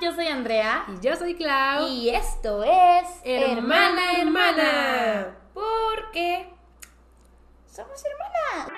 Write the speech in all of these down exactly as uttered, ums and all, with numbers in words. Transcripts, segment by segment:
yo soy Andrea. Y yo soy Clau. Y esto es Hermana, Hermana. Porque somos hermanas.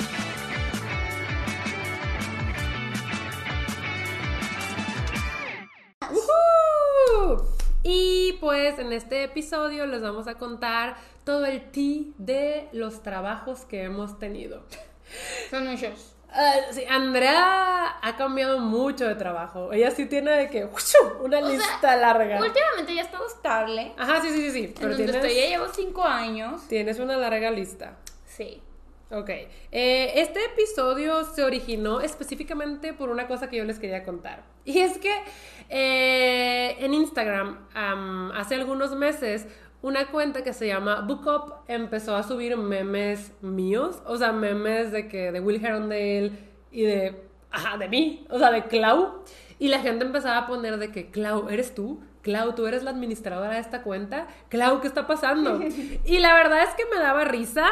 ¡Uhú! Y pues en este episodio les vamos a contar todo el tea de los trabajos que hemos tenido. Son muchos. Uh, sí, Andrea ha cambiado mucho de trabajo. Ella sí tiene de que una O lista sea, larga. Últimamente ya he estado estable. Ajá, sí, sí, sí, sí. En Pero donde tienes, estoy ya llevo cinco años. tienes una larga lista. Sí. Ok. Eh, este episodio se originó específicamente por una cosa que yo les quería contar. Y es que eh, en Instagram, um, hace algunos meses, una cuenta que se llama BookUp empezó a subir memes míos, o sea, memes de que de Will Herondale y de, ajá, de mí, o sea, de Clau, y la gente empezaba a poner de que, Clau, ¿eres tú? Clau, ¿tú eres la administradora de esta cuenta? Clau, ¿qué está pasando? Y la verdad es que me daba risa,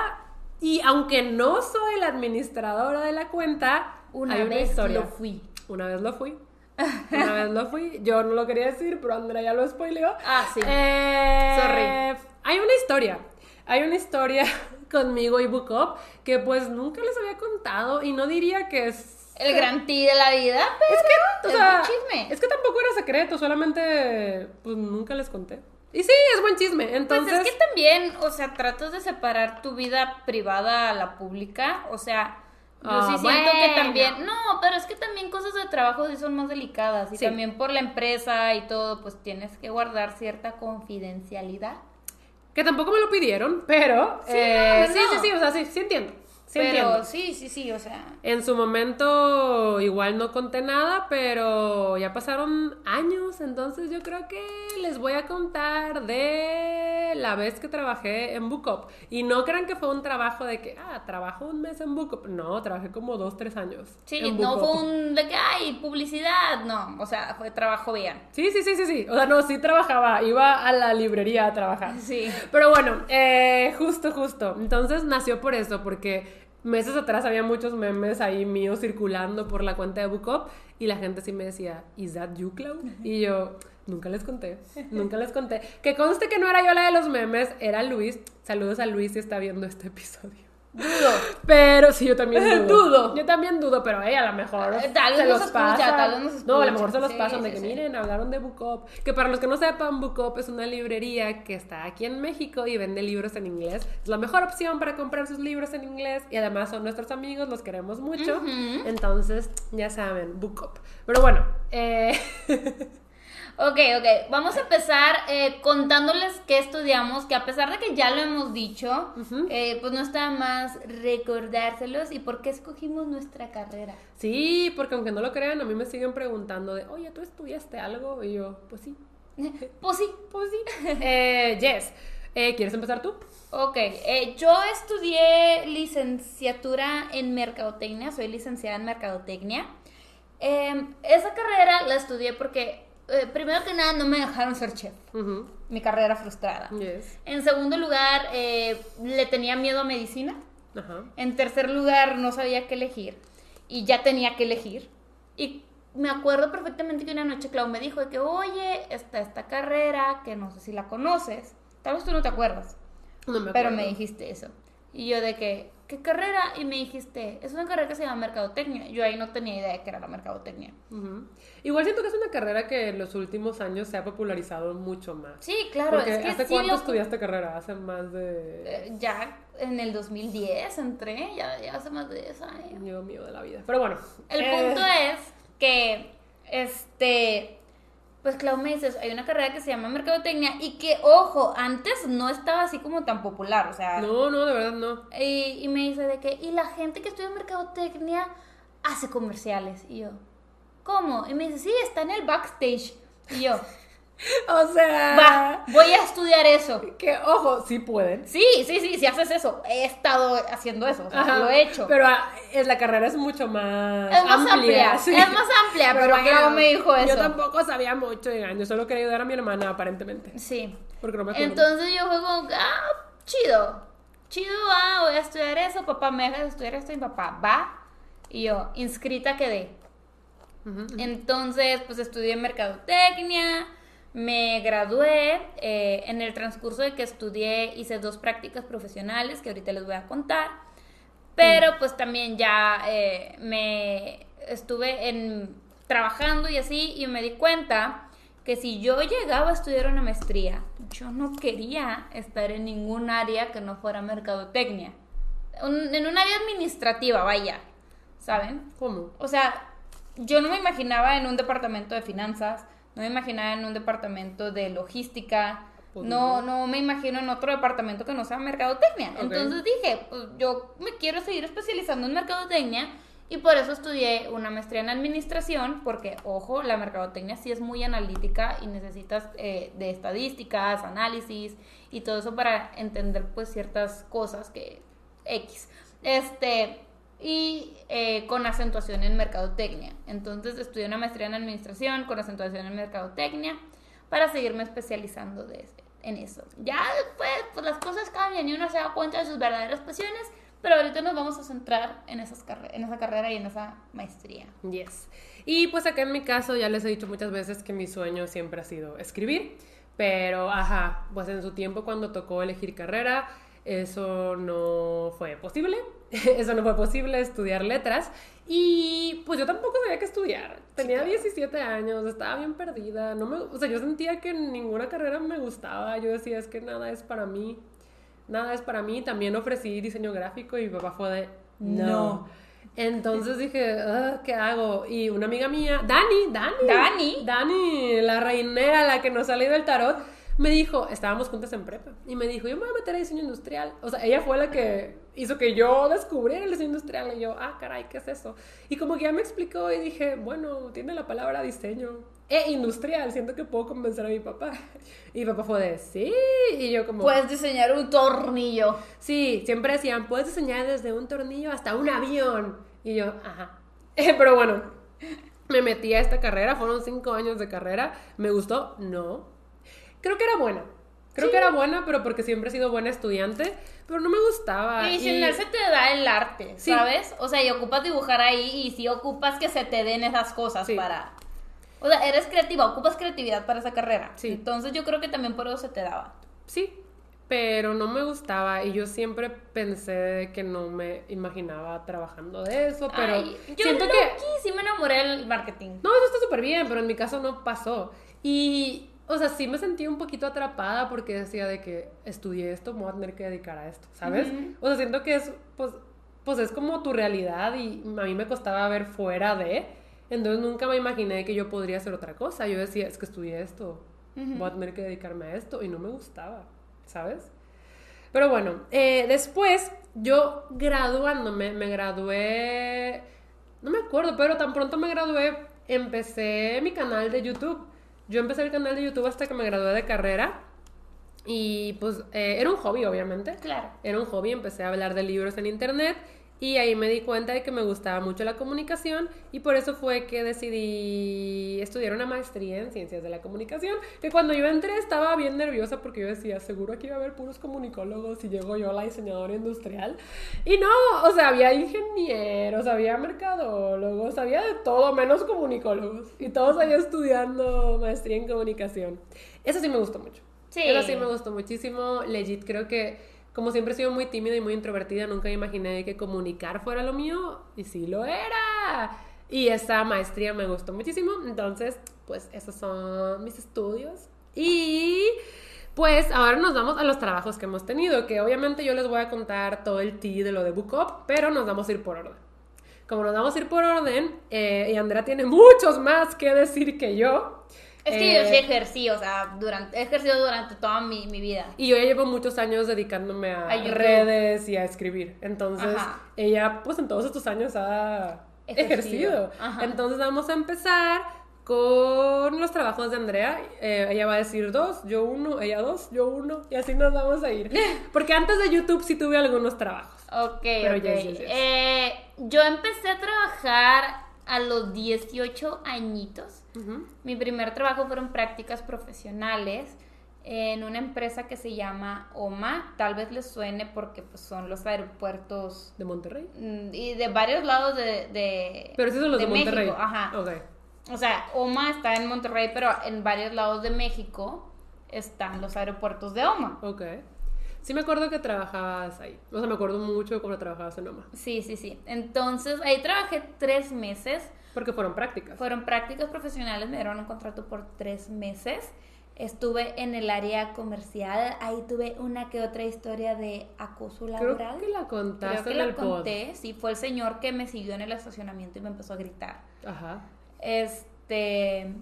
y aunque no soy la administradora de la cuenta, Una hay una vez historia. lo fui. Una vez lo fui. Una vez lo fui, yo no lo quería decir, pero Andrea ya lo spoileó. Ah, sí. Eh, Sorry. Hay una historia, hay una historia conmigo y BookUp que pues nunca les había contado y no diría que es... El gran tea de la vida, pero Es que, o es sea, un chisme. es que tampoco era secreto, solamente pues nunca les conté. Y sí, es buen chisme, entonces... Pues es que también, o sea, tratas de separar tu vida privada a la pública, o sea... Yo Ah, sí siento bueno. que también, no, pero es que también cosas de trabajo sí son más delicadas y Sí. también por la empresa y todo, pues tienes que guardar cierta confidencialidad. Que tampoco me lo pidieron, pero... Sí, eh, no, no, sí, sí, no. sí, o sea, sí, sí entiendo. Sí pero entiendo. sí, sí, sí, o sea, En su momento igual no conté nada, pero ya pasaron años, entonces yo creo que les voy a contar de la vez que trabajé en BookUp. Y no crean que fue un trabajo de que, ah, trabajo un mes en BookUp. No, trabajé como dos, tres años. sí, en no BookUp. fue un de que hay publicidad, no, o sea, fue trabajo bien. Sí, sí, sí, sí, sí. O sea, no, sí trabajaba, iba a la librería a trabajar. Sí. Pero bueno, eh, justo, justo. Entonces nació por eso, porque meses atrás había muchos memes ahí míos circulando por la cuenta de BookUp y la gente sí me decía, ¿Is that you, Clau? Y yo, nunca les conté, nunca les conté. Que conste que no era yo la de los memes, era Luis. Saludos a Luis si está viendo este episodio. Dudo. Pero sí, yo también dudo. Dudo. Yo también dudo, pero ella a lo mejor Eh, tal vez se nos los escucha, pasan. tal vez nos No, a lo escucha. mejor se los Sí, pasan de sí, que sí. miren, hablaron de BookUp. Que para los que no sepan, BookUp es una librería que está aquí en México y vende libros en inglés. Es la mejor opción para comprar sus libros en inglés y además son nuestros amigos, los queremos mucho. Ujú. Entonces, ya saben, BookUp. Pero bueno, eh... Ok, ok, vamos a empezar eh, contándoles qué estudiamos, que a pesar de que ya lo hemos dicho, Ujú. eh, pues no está más recordárselos y por qué escogimos nuestra carrera. sí, porque aunque no lo crean, a mí me siguen preguntando de, oye, ¿tú estudiaste algo? Y yo, pues sí, Pues sí. pues sí. eh, Jess, eh, ¿quieres empezar tú? Ok, eh, yo estudié licenciatura en mercadotecnia, soy licenciada en mercadotecnia. Eh, esa carrera la estudié porque, eh, primero que nada, no me dejaron ser chef, Ujú. mi carrera frustrada. Yes. En segundo lugar, eh, le tenía miedo a medicina. Ajá. En tercer lugar, no sabía qué elegir. Y ya tenía que elegir. Y me acuerdo perfectamente que una noche Clau me dijo de que, oye, está esta carrera, que no sé si la conoces. Tal vez tú no te acuerdas, No me pero acuerdo. me dijiste eso. Y yo de que, ¿qué carrera? Y me dijiste, es una carrera que se llama mercadotecnia. Yo ahí no tenía idea de que era la mercadotecnia. Ujú. Igual siento que es una carrera que en los últimos años se ha popularizado mucho más. Sí, claro, Porque es que ¿hace sí cuánto lo- estudiaste carrera? Hace más de... eh, ya en el dos mil diez entré, ya, ya hace más de diez años. Dios mío de la vida. Pero bueno. El eh, punto es que, este, pues Clau me dice, hay una carrera que se llama mercadotecnia y que, ojo, antes no estaba así como tan popular, o sea, No, no, de verdad no. y, y me dice de que, y la gente que estudia mercadotecnia hace comerciales, y yo, ¿cómo? Y me dice, sí, está en el backstage, y yo, O sea... va, voy a estudiar eso. Que, ojo, sí pueden. Sí, sí, sí, si haces eso, he estado haciendo eso, o sea, Ajá. lo he hecho. Pero ah, es, la carrera es mucho más Es más amplia, sí. es más amplia, pero Clau me dijo eso. Yo tampoco sabía mucho, oigan, yo solo quería ayudar a mi hermana, aparentemente. Sí. Porque no me acuerdo. Entonces yo fue como, ah, chido. Chido, ah, voy a estudiar eso. Papá, me dejas estudiar esto. Y mi papá, va. Y yo, inscrita quedé. Uh-huh, uh-huh. Entonces, pues estudié mercadotecnia, me gradué, eh, en el transcurso de que estudié hice dos prácticas profesionales que ahorita les voy a contar, pero uh-huh. pues también ya eh, me estuve en, trabajando y así, y me di cuenta que si yo llegaba a estudiar una maestría, yo no quería estar en ningún área que no fuera mercadotecnia. Un, en un área administrativa, vaya, ¿saben? ¿Cómo? O sea, yo no me imaginaba en un departamento de finanzas, no me imaginaba en un departamento de logística, pues no, no me imagino en otro departamento que no sea mercadotecnia. Okay. Entonces dije, pues yo me quiero seguir especializando en mercadotecnia. Y por eso estudié una maestría en administración, porque, ojo, la mercadotecnia sí es muy analítica y necesitas eh, de estadísticas, análisis y todo eso para entender, pues, ciertas cosas que X. Este, y eh, con acentuación en mercadotecnia. Entonces estudié una maestría en administración con acentuación en mercadotecnia para seguirme especializando de, en eso. Ya después, pues, las cosas cambian y uno se da cuenta de sus verdaderas pasiones. Pero ahorita nos vamos a centrar en, esas carre- en esa carrera y en esa maestría. Yes. Y pues acá en mi caso ya les he dicho muchas veces que mi sueño siempre ha sido escribir. Pero, ajá, pues en su tiempo cuando tocó elegir carrera, eso no fue posible. Eso no fue posible, estudiar letras. Y pues yo tampoco sabía qué estudiar. Tenía diecisiete años, estaba bien perdida. No me, o sea, yo sentía que ninguna carrera me gustaba. Yo decía, es que nada es para mí. Nada es para mí. También ofrecí diseño gráfico y mi papá fue de no. no. Entonces dije, ¿qué hago? Y una amiga mía, Dani, Dani, Dani, Dani, la reinera, la que nos ha leído el tarot, me dijo, estábamos juntas en prepa, y me dijo, yo me voy a meter a diseño industrial. O sea, ella fue la que hizo que yo descubriera el diseño industrial. Y yo, ah, caray, ¿qué es eso? Y como que ya me explicó y dije, bueno, tiene la palabra diseño e industrial, siento que puedo convencer a mi papá. Y mi papá fue de, sí, y yo como... Puedes diseñar un tornillo. Sí, siempre decían, puedes diseñar desde un tornillo hasta un avión. Y yo, ajá. Pero bueno, me metí a esta carrera, fueron cinco años de carrera. ¿Me gustó? No. Creo que era buena. Creo sí. que era buena, pero porque siempre he sido buena estudiante, pero no me gustaba. Y diseñar y... se te da el arte, sí. ¿sabes? O sea, y ocupas dibujar ahí y sí ocupas que se te den esas cosas sí. para... O sea, eres creativa, ocupas creatividad para esa carrera. Sí. Entonces yo creo que también por eso se te daba. Sí, pero no me gustaba y yo siempre pensé que no me imaginaba trabajando de eso, pero Ay, yo siento loqui, que... sí me enamoré del marketing. No, eso está súper bien, pero en mi caso no pasó. Y... O sea, sí me sentí un poquito atrapada porque decía de que estudié esto, me voy a tener que dedicar a esto, ¿sabes? Uh-huh. O sea, siento que es, pues, pues es como tu realidad y a mí me costaba ver fuera de, entonces nunca me imaginé que yo podría hacer otra cosa. Yo decía, es que estudié esto, uh-huh. voy a tener que dedicarme a esto y no me gustaba, ¿sabes? Pero bueno, eh, después yo graduándome, me gradué, no me acuerdo, pero tan pronto me gradué, empecé mi canal de YouTube. Yo empecé el canal de YouTube hasta que me gradué de carrera y pues eh, era un hobby, obviamente. Claro. Era un hobby, empecé a hablar de libros en internet y ahí me di cuenta de que me gustaba mucho la comunicación y por eso fue que decidí estudiar una maestría en Ciencias de la Comunicación, que cuando yo entré estaba bien nerviosa porque yo decía, seguro aquí va a haber puros comunicólogos y llego yo la diseñadora industrial. Y no, o sea, había ingenieros, había mercadólogos, había de todo menos comunicólogos y todos ahí estudiando maestría en comunicación. Eso sí me gustó mucho. Sí. Eso sí me gustó muchísimo. Legit, creo que como siempre he sido muy tímida y muy introvertida, nunca me imaginé que comunicar fuera lo mío, y sí lo era. Y esa maestría me gustó muchísimo, entonces, pues, esos son mis estudios. Y, pues, ahora nos vamos a los trabajos que hemos tenido, que obviamente yo les voy a contar todo el tea de lo de Book Up, pero nos vamos a ir por orden. Como nos vamos a ir por orden, eh, y Andrea tiene muchos más que decir que yo... Es que eh, yo sí ejercí, o sea, durante, he ejercido durante toda mi, mi vida. Y yo ya llevo muchos años dedicándome a, a redes y a escribir. Entonces, Ajá. ella, pues en todos estos años ha ejercido. ejercido. Entonces, vamos a empezar con los trabajos de Andrea. Eh, ella va a decir dos, yo uno, ella dos, yo uno. Y así nos vamos a ir. Porque antes de YouTube sí tuve algunos trabajos. Ok, Pero ok. Yes, yes, yes. Eh, yo empecé a trabajar a los dieciocho añitos. Uh-huh. Mi primer trabajo fueron prácticas profesionales en una empresa que se llama O M A. Tal vez les suene porque pues, son los aeropuertos de Monterrey y de varios lados de, de pero esos son los de, de México. Monterrey. Ajá. Okay. o sea, OMA está en Monterrey, pero en varios lados de México están los aeropuertos de OMA. Ok. Sí me acuerdo que trabajabas ahí. O sea, me acuerdo mucho de cómo trabajabas en OMA. Sí, sí, sí. Entonces, ahí trabajé tres meses. Porque fueron prácticas. Fueron prácticas profesionales, me dieron un contrato por tres meses. Estuve en el área comercial, ahí tuve una que otra historia de acoso laboral. Creo que la contaste Creo que en la el pod. conté, sí, fue el señor que me siguió en el estacionamiento y me empezó a gritar. Ajá. Este...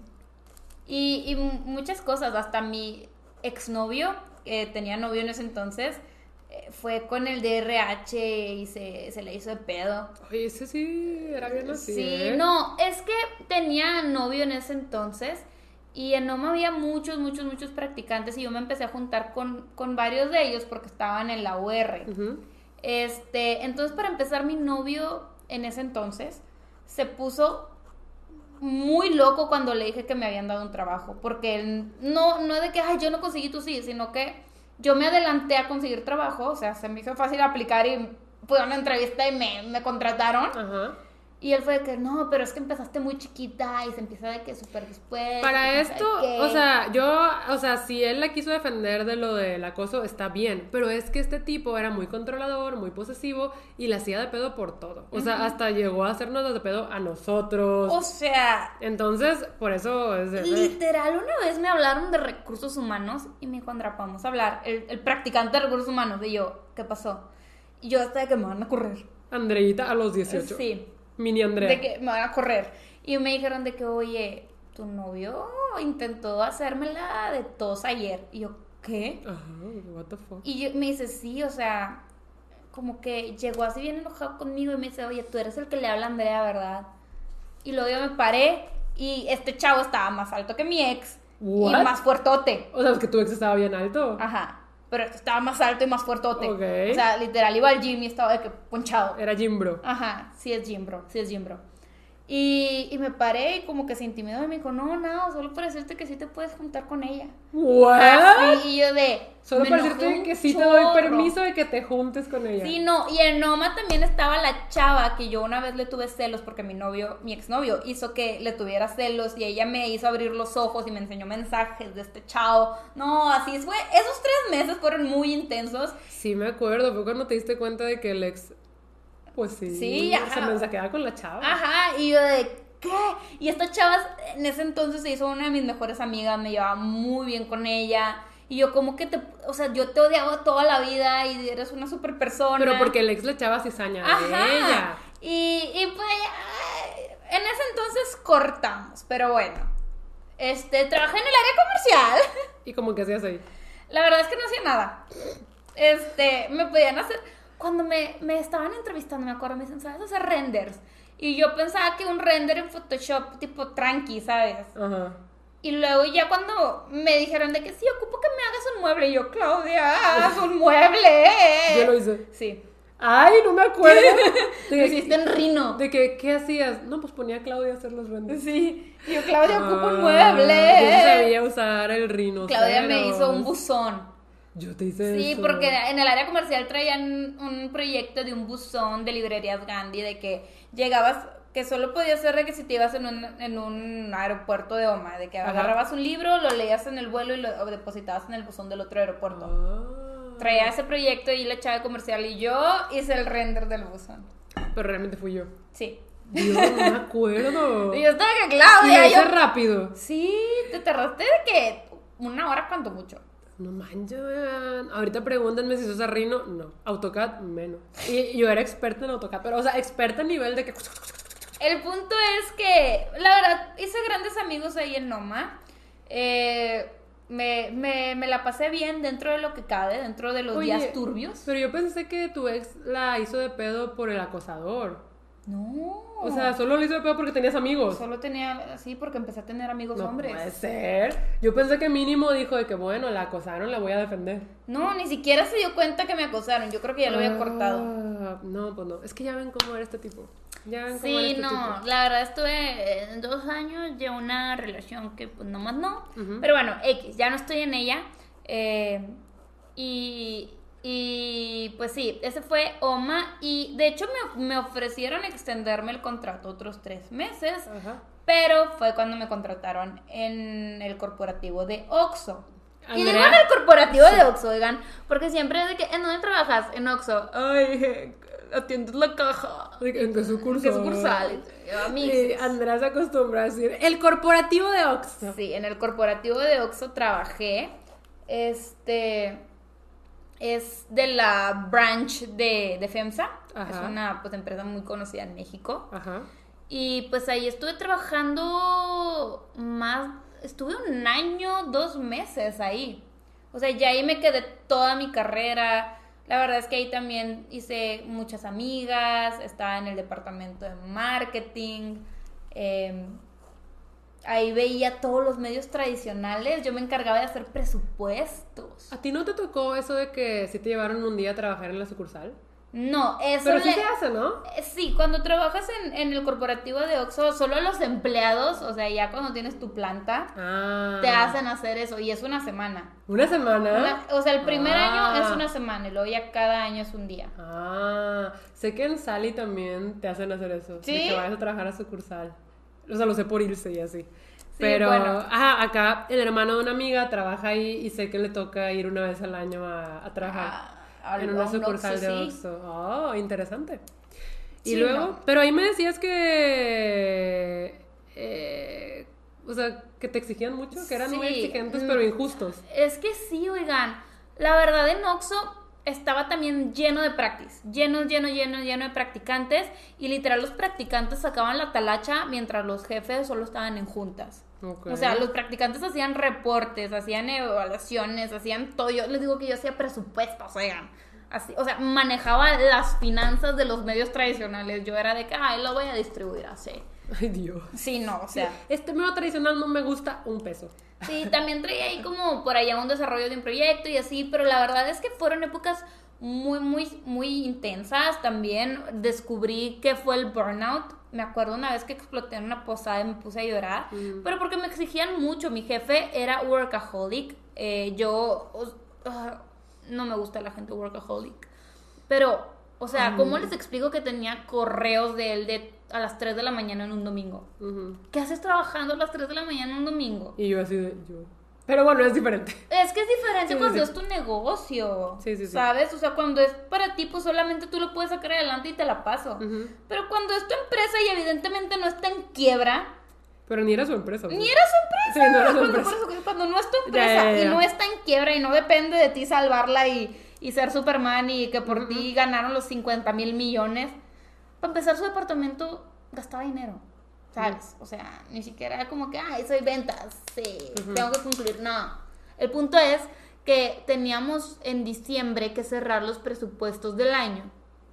Y, y muchas cosas, hasta mi exnovio, que tenía novio en ese entonces, eh, fue con el D R H y se, se le hizo de pedo. Oye, ese sí era bien así, Sí, ¿eh? no, es que tenía novio en ese entonces y en OMA había muchos, muchos, muchos practicantes y yo me empecé a juntar con, con varios de ellos porque estaban en la U R. Uh-huh. Este, entonces para empezar mi novio en ese entonces se puso muy loco cuando le dije que me habían dado un trabajo, porque él no, no de que, ay, yo no conseguí, tú sí, sino que yo me adelanté a conseguir trabajo, o sea, se me hizo fácil aplicar y fue a una entrevista y me, me contrataron. Ajá. Y él fue de que, no, pero es que empezaste muy chiquita y se empieza de que súper después. Para esto, o sea, yo, o sea, si él la quiso defender de lo del acoso, está bien, pero es que este tipo era muy controlador, muy posesivo y la hacía de pedo por todo. O sea, uh-huh. hasta llegó a hacernos de pedo a nosotros. O sea... Entonces, por eso es de... Literal, una vez me hablaron de recursos humanos y me dijo, Andra, vamos a hablar. El, el practicante de recursos humanos, y yo, ¿qué pasó? Y yo hasta de que me van a correr. Andreita a los dieciocho. Sí. Mini Andrea. De que me van a correr. Y me dijeron de que, oye, tu novio intentó hacérmela de tos ayer. Y yo, ¿qué? Ajá, what the fuck. Y yo, me dice, sí, o sea, como que llegó así bien enojado conmigo y me dice, oye, tú eres el que le habla a Andrea, ¿verdad? Y luego yo me paré y este chavo estaba más alto que mi ex. What? Y más fuertote. O sea, es que tu ex estaba bien alto. Ajá. Pero estaba más alto y más fuertote. Okay. O sea, literal, iba al gym y estaba de que ponchado. Era gym bro. Ajá, sí es gym bro, sí es gym bro. Y, y me paré y como que se intimidó y me dijo, no, nada, solo para decirte que sí te puedes juntar con ella. ¿What? Así, y yo de... Solo para decirte que sí te doy permiso de que te juntes con ella. Sí, no, y en Noma también estaba la chava que yo una vez le tuve celos porque mi novio, mi exnovio, hizo que le tuviera celos y ella me hizo abrir los ojos y me enseñó mensajes de este chavo. No, así fue, esos tres meses fueron muy intensos. Sí, me acuerdo, fue cuando te diste cuenta de que el ex... Pues sí, sí, ajá. Se mensajeaba con la chava. Ajá, y yo de, ¿qué? Y esta chava en ese entonces se hizo una de mis mejores amigas, me llevaba muy bien con ella. Y yo como que te, o sea, yo te odiaba toda la vida y eres una super persona. Pero porque el ex le echaba cizaña a ella. Y, y pues, en ese entonces cortamos, pero bueno. Este, trabajé en el área comercial. ¿Y cómo que hacías ahí? La verdad es que no hacía nada. Este, me podían hacer... Cuando me, me estaban entrevistando, me acuerdo, me dicen, ¿sabes hacer renders? Y yo pensaba que un render en Photoshop tipo tranqui, ¿sabes? Ajá. Y luego ya cuando me dijeron de que sí, ocupo que me hagas un mueble. Y yo, Claudia, haz un mueble. Yo lo hice. Sí. Ay, no me acuerdo. Lo hiciste en Rhino. De que, ¿qué hacías? No, pues ponía a Claudia a hacer los renders. Sí. Y yo, Claudia, ah, ocupo un mueble. Yo sabía usar el Rhino. Claudia me hizo un buzón. Yo te hice sí, eso. porque en el área comercial traían un proyecto de un buzón de librerías Gandhi, de que llegabas, que solo podías ser requisitivas en un, en un aeropuerto de OMA, de que Ajá. agarrabas un libro, lo leías en el vuelo y lo depositabas en el buzón del otro aeropuerto. Ah. Traía ese proyecto y la chava comercial y yo hice el render del buzón. Pero realmente fui yo. Sí. Dios, no me acuerdo. Y yo estaba que Claudia. Y lo hice rápido. Sí, te tardaste de que una hora cuanto mucho. No manches, ahorita pregúntenme si sos Rhino. No, AutoCAD menos. Y yo era experta en AutoCAD, pero o sea, experta a nivel de que... El punto es que, la verdad, hice grandes amigos ahí en Noma. Eh, me, me, me la pasé bien dentro de lo que cabe, dentro de los Oye, días turbios. Pero yo pensé que tu ex la hizo de pedo por el acosador. No. O sea, solo lo hizo de pedo porque tenías amigos. Solo tenía, sí, porque empecé a tener amigos no hombres. No puede ser. Yo pensé que mínimo dijo de que, bueno, la acosaron, la voy a defender. No, ni siquiera se dio cuenta que me acosaron. Yo creo que ya lo había ah, cortado. No, pues no. Es que ya ven cómo era este tipo. Ya ven cómo sí, era este no. tipo. La verdad estuve en dos años de una relación que pues nomás no. Uh-huh. Pero bueno, X, ya no estoy en ella. Eh, y... Y pues sí, ese fue OMA y de hecho me, me ofrecieron extenderme el contrato otros tres meses, Ajá. Pero fue cuando me contrataron en el corporativo de Oxxo. Y Andrea, digo en el corporativo sí. de Oxxo, oigan, porque siempre es de que, ¿en dónde trabajas? En Oxxo. Ay, atiendes la caja. ¿En qué sucursal? ¿En qué sucursal? Amigos. Sí, Andrea se acostumbra a decir, el corporativo de Oxxo. Sí, en el corporativo de Oxxo trabajé. Este es de la branch de, de FEMSA. Ajá. Es una pues, empresa muy conocida en México. Ajá. Y pues ahí estuve trabajando más, estuve un año, dos meses ahí. O sea, ya ahí me quedé toda mi carrera. La verdad es que ahí también hice muchas amigas, estaba en el departamento de marketing. Eh, ahí veía todos los medios tradicionales. Yo me encargaba de hacer presupuestos. ¿A ti no te tocó eso de que si te llevaron un día a trabajar en la sucursal? No, eso Pero sí le- se hace, ¿no? Eh, Sí, cuando trabajas en, en el corporativo de Oxxo, solo los empleados, o sea, ya cuando tienes tu planta, Ah. te hacen hacer eso, y es una semana. ¿Una semana? Una- o sea, el primer Ah. año es una semana, y luego ya cada año es un día. Ah, sé que en Sally también te hacen hacer eso. ¿Sí? De que vayas a trabajar a sucursal. O sea, lo sé por irse y así. Sí, Pero, bueno. ajá, acá el hermano de una amiga trabaja ahí y sé que le toca ir una vez al año a, a trabajar Ah, al- en a una un sucursal Oxxo, de sí. Oxxo. Oh, interesante. Y Sí, luego, no. pero ahí me decías que, eh, o sea, que te exigían mucho, que eran muy Sí, exigentes mm, pero injustos. Es que sí, oigan, la verdad en Oxxo estaba también lleno de practice, lleno, lleno, lleno, lleno de practicantes, y literal los practicantes sacaban la talacha mientras los jefes solo estaban en juntas. Ok. O sea, los practicantes hacían reportes, hacían evaluaciones, hacían todo. Yo les digo que yo hacía presupuestos, oigan. Así, o sea, manejaba las finanzas de los medios tradicionales. Yo era de que, ay, lo voy a distribuir así. Ay, Dios. Sí, no, o sea. Este medio tradicional no me gusta un peso. Sí, también traía ahí como por allá un desarrollo de un proyecto y así, pero la verdad es que fueron épocas muy, muy, muy intensas. También descubrí qué fue el burnout. Me acuerdo una vez que exploté en una posada y me puse a llorar, Mm. pero porque me exigían mucho. Mi jefe era workaholic. Eh, yo os- ah, no me gusta la gente workaholic. Pero, o sea, Ay, ¿cómo no. les explico que tenía correos de él de a las tres de la mañana en un domingo? Ujú. ¿Qué haces trabajando a las tres de la mañana en un domingo? Y yo así de, yo. Pero bueno, es diferente. Es que es diferente Sí, cuando sí, es tu negocio, Sí, sí, sí. ¿sabes? O sea, cuando es para ti, pues solamente tú lo puedes sacar adelante y te la paso. Ujú. Pero cuando es tu empresa y evidentemente no está en quiebra, Pero ni era su empresa. pues. ni era su empresa. Sí, no era su cuando, empresa. por eso, cuando no es tu Ya, empresa ya, ya. y no está en quiebra y no depende de ti salvarla y, y ser Superman y que por Ujú. ti ganaron los cincuenta mil millones, para empezar su departamento gastaba dinero. ¿Sabes? O sea, ni siquiera era como que, ay, soy ventas, sí, Ujú. tengo que cumplir. No. El punto es que teníamos en diciembre que cerrar los presupuestos del año.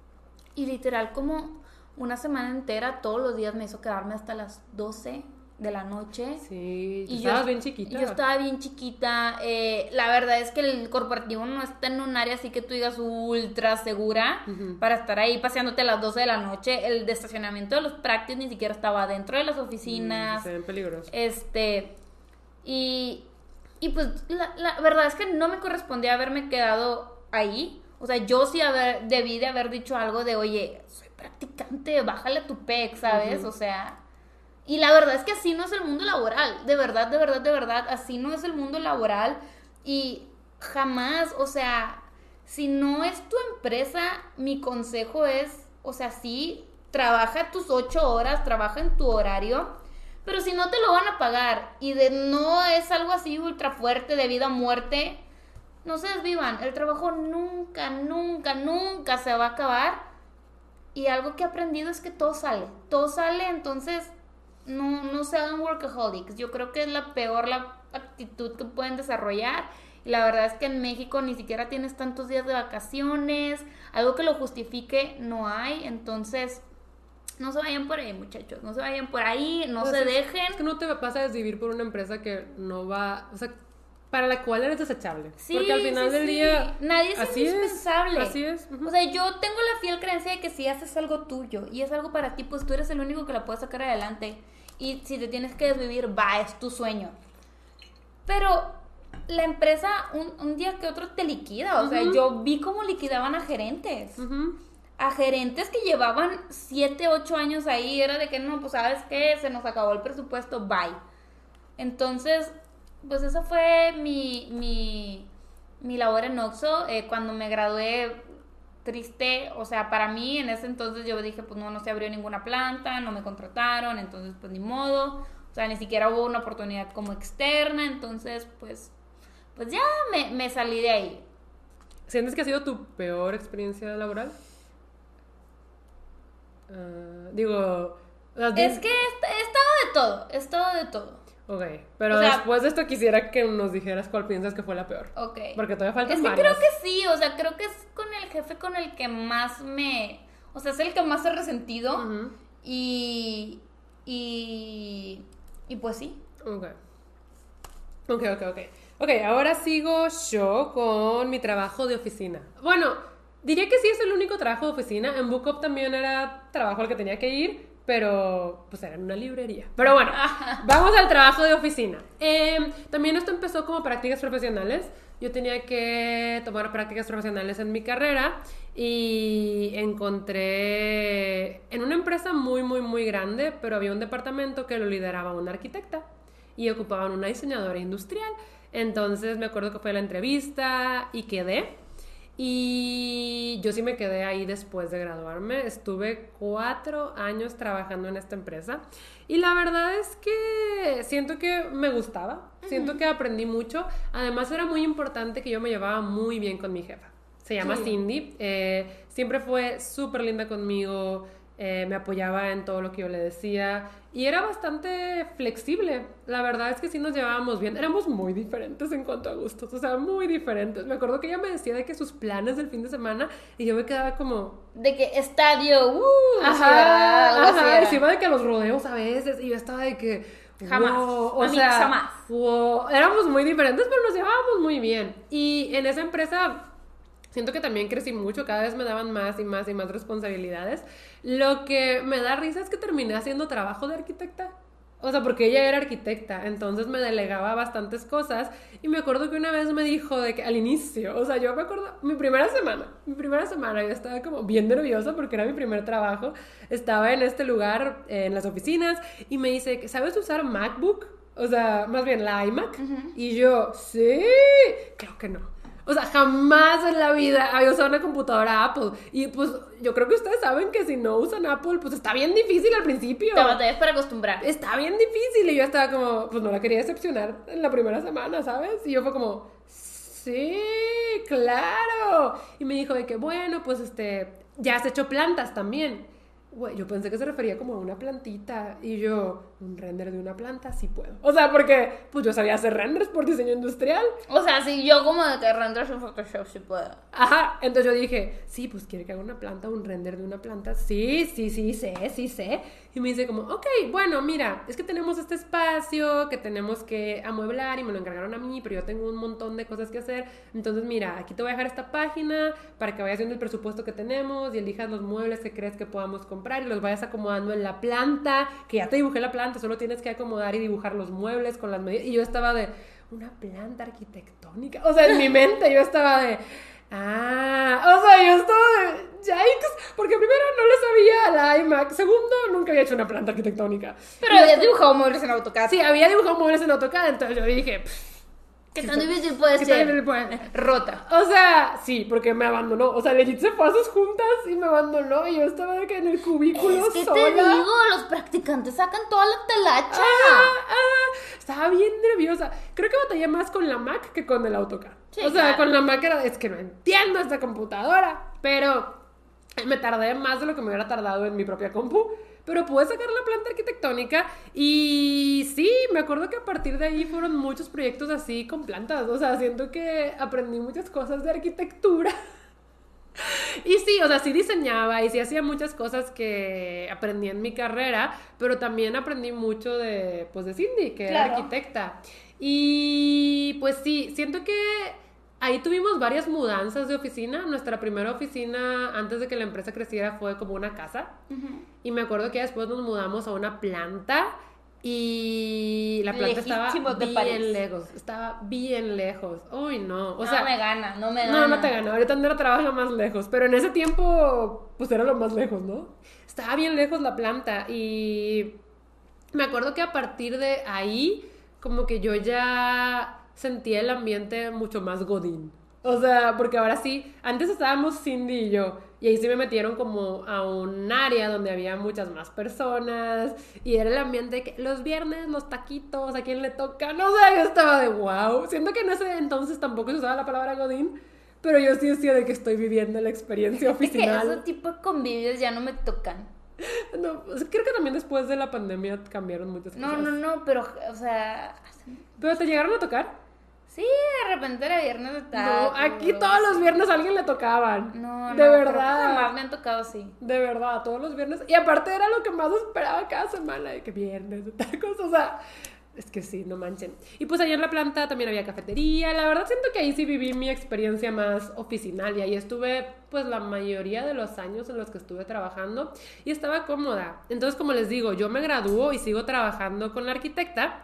Y literal, como una semana entera, todos los días me hizo quedarme hasta las doce de la noche. Sí, Y estabas yo, bien chiquita. Yo estaba bien chiquita. eh, la verdad es que el corporativo no está en un área así que tú digas ultra segura Ujú. para estar ahí paseándote a las doce de la noche. El de estacionamiento de los practice ni siquiera estaba dentro de las oficinas. Mm, se ven peligrosos. Este, y, y pues la, la verdad es que no me correspondía haberme quedado ahí. O sea, yo sí haber, debí de haber dicho algo de, oye, soy practicante, bájale tu pec, ¿sabes? Ujú. O sea, y la verdad es que así no es el mundo laboral. De verdad, de verdad, de verdad, así no es el mundo laboral. Y jamás, o sea, si no es tu empresa, mi consejo es, o sea, sí, trabaja tus ocho horas, trabaja en tu horario, pero si no te lo van a pagar y de no es algo así ultra fuerte de vida o muerte, no se desvivan. El trabajo nunca, nunca, nunca se va a acabar. Y algo que he aprendido es que todo sale. Todo sale, entonces no, no se hagan workaholics. Yo creo que es la peor la actitud que pueden desarrollar. Y la verdad es que en México ni siquiera tienes tantos días de vacaciones. Algo que lo justifique no hay. Entonces, no se vayan por ahí, muchachos. No se vayan por ahí, no Pues se es- dejen. Es que no te vas a desvivir por una empresa que no va, o sea, para la cual eres desechable. Sí, Porque al final sí, del sí. día Nadie es así indispensable. Es, así es. Ujú. O sea, yo tengo la fiel creencia de que si haces algo tuyo y es algo para ti, pues tú eres el único que la puede sacar adelante. Y si te tienes que desvivir, va, es tu sueño. Pero la empresa un, un día que otro te liquida. O sea, Ujú. yo vi cómo liquidaban a gerentes. Ujú. a gerentes que llevaban siete, ocho años ahí. Era de que no, pues sabes qué, se nos acabó el presupuesto, bye. Entonces, pues esa fue mi, mi, mi labor en Oxxo. Eh, cuando me gradué, triste, o sea, para mí en ese entonces yo dije, pues no, no se abrió ninguna planta, no me contrataron, entonces pues ni modo, o sea, ni siquiera hubo una oportunidad como externa, entonces pues, pues ya me, me salí de ahí. ¿Sientes que ha sido tu peor experiencia laboral? Uh, digo... Es que he, he estado de todo, he estado de todo. Ok, pero o sea, después de esto quisiera que nos dijeras cuál piensas que fue la peor. Ok. Porque todavía faltan Es que varias. creo que sí, o sea, creo que es con el jefe con el que más me... O sea, es el que más he resentido. Uh-huh. Y... Y... Y pues sí. Ok. Ok, ok, ok. Ok, ahora sigo yo con mi trabajo de oficina. Bueno, diría que sí es el único trabajo de oficina. En BookUp también era trabajo al que tenía que ir, pero pues era en una librería. Pero bueno, vamos al trabajo de oficina. Eh, también esto empezó como prácticas profesionales. Yo tenía que tomar prácticas profesionales en mi carrera y encontré en una empresa muy, muy, muy grande, pero había un departamento que lo lideraba una arquitecta y ocupaban una diseñadora industrial. Entonces me acuerdo que fue a la entrevista y quedé. Y yo sí me quedé ahí después de graduarme. Estuve cuatro años trabajando en esta empresa. Y la verdad es que siento que me gustaba. Uh-huh. Siento que aprendí mucho. Además era muy importante que yo me llevaba muy bien con mi jefa. Se llama sí. Cindy. Eh, siempre fue súper linda conmigo. Eh, me apoyaba en todo lo que yo le decía. Y era bastante flexible. La verdad es que sí nos llevábamos bien. Éramos muy diferentes en cuanto a gustos. O sea, muy diferentes. Me acuerdo que ella me decía de que sus planes del fin de semana. Y yo me quedaba como... De que estadio, uh, ajá, ajá. Y se iba de que a los rodeos a veces. Y yo estaba de que... Jamás. Wow, o a mí sea, jamás. Wow. Éramos muy diferentes, pero nos llevábamos muy bien. Y en esa empresa... Siento que también crecí mucho, cada vez me daban más y más y más responsabilidades. Lo que me da risa es que terminé haciendo trabajo de arquitecta. O sea, porque ella era arquitecta, entonces me delegaba bastantes cosas. Y me acuerdo que una vez me dijo de que al inicio, o sea, yo me acuerdo, mi primera semana, mi primera semana yo estaba como bien nerviosa porque era mi primer trabajo. Estaba en este lugar, eh, en las oficinas, y me dice, ¿sabes usar MacBook? O sea, más bien la iMac. Uh-huh. Y yo, sí, creo que no. O sea, jamás en la vida había usado una computadora Apple. Y pues yo creo que ustedes saben que si no usan Apple, pues está bien difícil al principio. Te batallas para acostumbrar. Está bien difícil. Y yo estaba como, pues no la quería decepcionar en la primera semana, ¿sabes? Y yo fue como, sí, claro. Y me dijo de que, bueno, pues este, ya has hecho plantas también. Güey, yo pensé que se refería como a una plantita. Y yo, un render de una planta, sí puedo. O sea, porque pues yo sabía hacer renders por diseño industrial. O sea, sí, yo como de que renders en Photoshop sí puedo. Ajá, entonces yo dije, sí, pues quiere que haga una planta, un render de una planta. Sí, sí, sí, sé, sí sé. Y me dice como, ok, bueno, mira, es que tenemos este espacio que tenemos que amueblar y me lo encargaron a mí, pero yo tengo un montón de cosas que hacer. Entonces, mira, aquí te voy a dejar esta página para que vayas viendo el presupuesto que tenemos y elijas los muebles que crees que podamos comprar y los vayas acomodando en la planta, que ya te dibujé la planta, solo tienes que acomodar y dibujar los muebles con las medidas. Y yo estaba de, una planta arquitectónica. O sea, en mi mente yo estaba de, ah, o sea, yo estaba de, yikes, porque primero no le sabía la iMac, segundo, nunca había hecho una planta arquitectónica. Pero habías dibujado muebles en AutoCAD. Sí, había dibujado muebles en AutoCAD, entonces yo dije, ¿qué tan difícil puede ser? Tan difícil puede? Rota. O sea, sí, porque me abandonó. O sea, legit se fue a sus juntas y me abandonó. Y yo estaba de que en el cubículo es que sola. te digo, los practicantes sacan toda la talacha. Ah, ah, estaba bien nerviosa. Creo que batallé más con la Mac que con el AutoCAD. Sí, o sea, claro. Con la Mac era, es que no entiendo esta computadora. Pero me tardé más de lo que me hubiera tardado en mi propia compu. Pero pude sacar la planta arquitectónica y sí, me acuerdo que a partir de ahí fueron muchos proyectos así con plantas. O sea, siento que aprendí muchas cosas de arquitectura. Y sí, o sea, sí diseñaba y sí hacía muchas cosas que aprendí en mi carrera, pero también aprendí mucho de, pues, de Cindy, que claro. Era arquitecta. Y pues sí, siento que ahí tuvimos varias mudanzas de oficina. Nuestra primera oficina, antes de que la empresa creciera, fue como una casa. Uh-huh. Y me acuerdo que después nos mudamos a una planta. Y la planta estaba Lejísimos de bien París. lejos, estaba bien lejos. Uy, no, o no sea, me gana, no me gana. no, no te ganó. Ahorita Andrea trabaja más lejos, pero en ese tiempo, pues era lo más lejos, ¿no? Estaba bien lejos la planta y me acuerdo que a partir de ahí, como que yo ya sentía el ambiente mucho más godín. O sea, porque ahora sí, antes estábamos Cindy y yo, y ahí sí me metieron como a un área donde había muchas más personas, y era el ambiente de que los viernes, los taquitos, a quién le toca, no sé, yo estaba de wow. Siento que en ese entonces tampoco se usaba la palabra godín, pero yo sí decía de que estoy viviendo la experiencia Es que oficinal. ese tipo de convivios ya no me tocan. No, creo que también después de la pandemia cambiaron muchas cosas. No, no, no, pero, o sea... ¿Pero te llegaron a tocar? Sí, de repente era viernes de tacos. No, aquí todos los viernes a alguien le tocaban. No, no, de creo que verdad. jamás me han tocado así. De verdad, todos los viernes. Y aparte era lo que más esperaba cada semana, de que viernes de tacos, o sea, es que sí, no manchen. Y pues allá en la planta también había cafetería. La verdad siento que ahí sí viví mi experiencia más oficinal y ahí estuve pues la mayoría de los años en los que estuve trabajando y estaba cómoda. Entonces, como les digo, yo me gradúo y sigo trabajando con la arquitecta.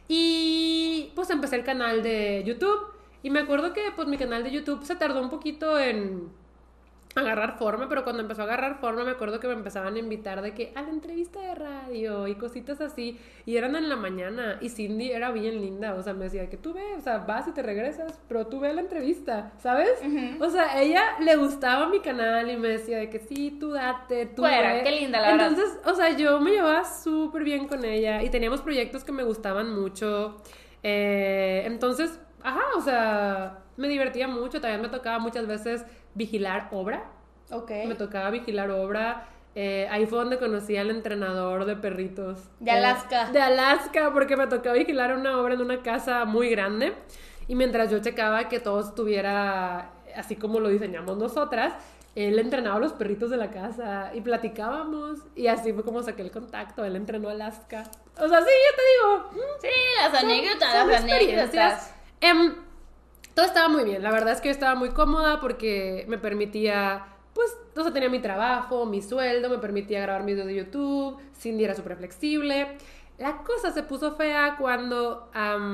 Y pues empecé el canal de YouTube y me acuerdo que pues mi canal de YouTube se tardó un poquito en agarrar forma, pero cuando empezó a agarrar forma me acuerdo que me empezaban a invitar de que a la entrevista de radio y cositas así, y eran en la mañana y Cindy era bien linda, o sea, me decía que tú ve, o sea, vas y te regresas, pero tú ve la entrevista, ¿sabes? Uh-huh. O sea, ella le gustaba mi canal y me decía de que sí, tú date, tú Fuera, ve. qué linda la verdad. Entonces, o sea, yo me llevaba súper bien con ella y teníamos proyectos que me gustaban mucho, eh, entonces, ajá, o sea, me divertía mucho, también me tocaba muchas veces vigilar obra. Ok. Me tocaba vigilar obra. Eh, ahí fue donde conocí al entrenador de perritos. De Alaska. Eh, de Alaska, porque me tocaba vigilar una obra en una casa muy grande. Y mientras yo checaba que todo estuviera así como lo diseñamos nosotras, él entrenaba a los perritos de la casa y platicábamos. Y así fue como saqué el contacto. Él entrenó a Alaska. O sea, sí, yo te digo. Sí, las son, anécdotas, son las anécdotas. Um, todo estaba muy bien. La verdad es que yo estaba muy cómoda porque me permitía, pues, o sea, tenía mi trabajo, mi sueldo, me permitía grabar videos de YouTube. Cindy era súper flexible. La cosa se puso fea cuando,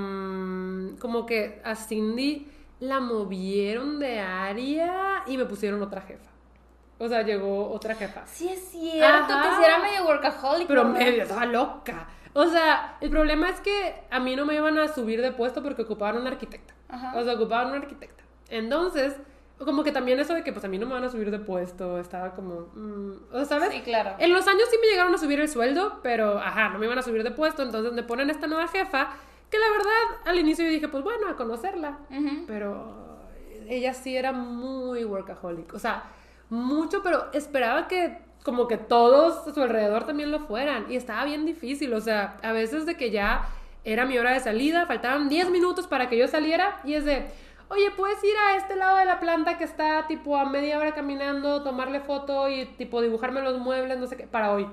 um, como que a Cindy la movieron de área y me pusieron otra jefa. O sea, llegó otra jefa. Sí es cierto, Ajá. que sí era medio workaholic. Pero ¿no? medio, estaba loca. O sea, el problema es que a mí no me iban a subir de puesto porque ocupaban una arquitecta. Ajá. O sea, ocupaban una arquitecta. Entonces, como que también eso de que pues a mí no me van a subir de puesto, estaba como, mmm, o sea, ¿sabes? Sí, claro. En los años sí me llegaron a subir el sueldo, pero ajá, no me iban a subir de puesto, entonces me ponen esta nueva jefa, que la verdad, al inicio yo dije, pues bueno, a conocerla. Uh-huh. Pero ella sí era muy workaholic, o sea, mucho, pero esperaba que como que todos a su alrededor también lo fueran, y estaba bien difícil, o sea, a veces de que ya era mi hora de salida, faltaban diez minutos para que yo saliera, y es de, oye, ¿puedes ir a este lado de la planta que está tipo a media hora caminando, tomarle foto y tipo dibujarme los muebles, no sé qué, para hoy?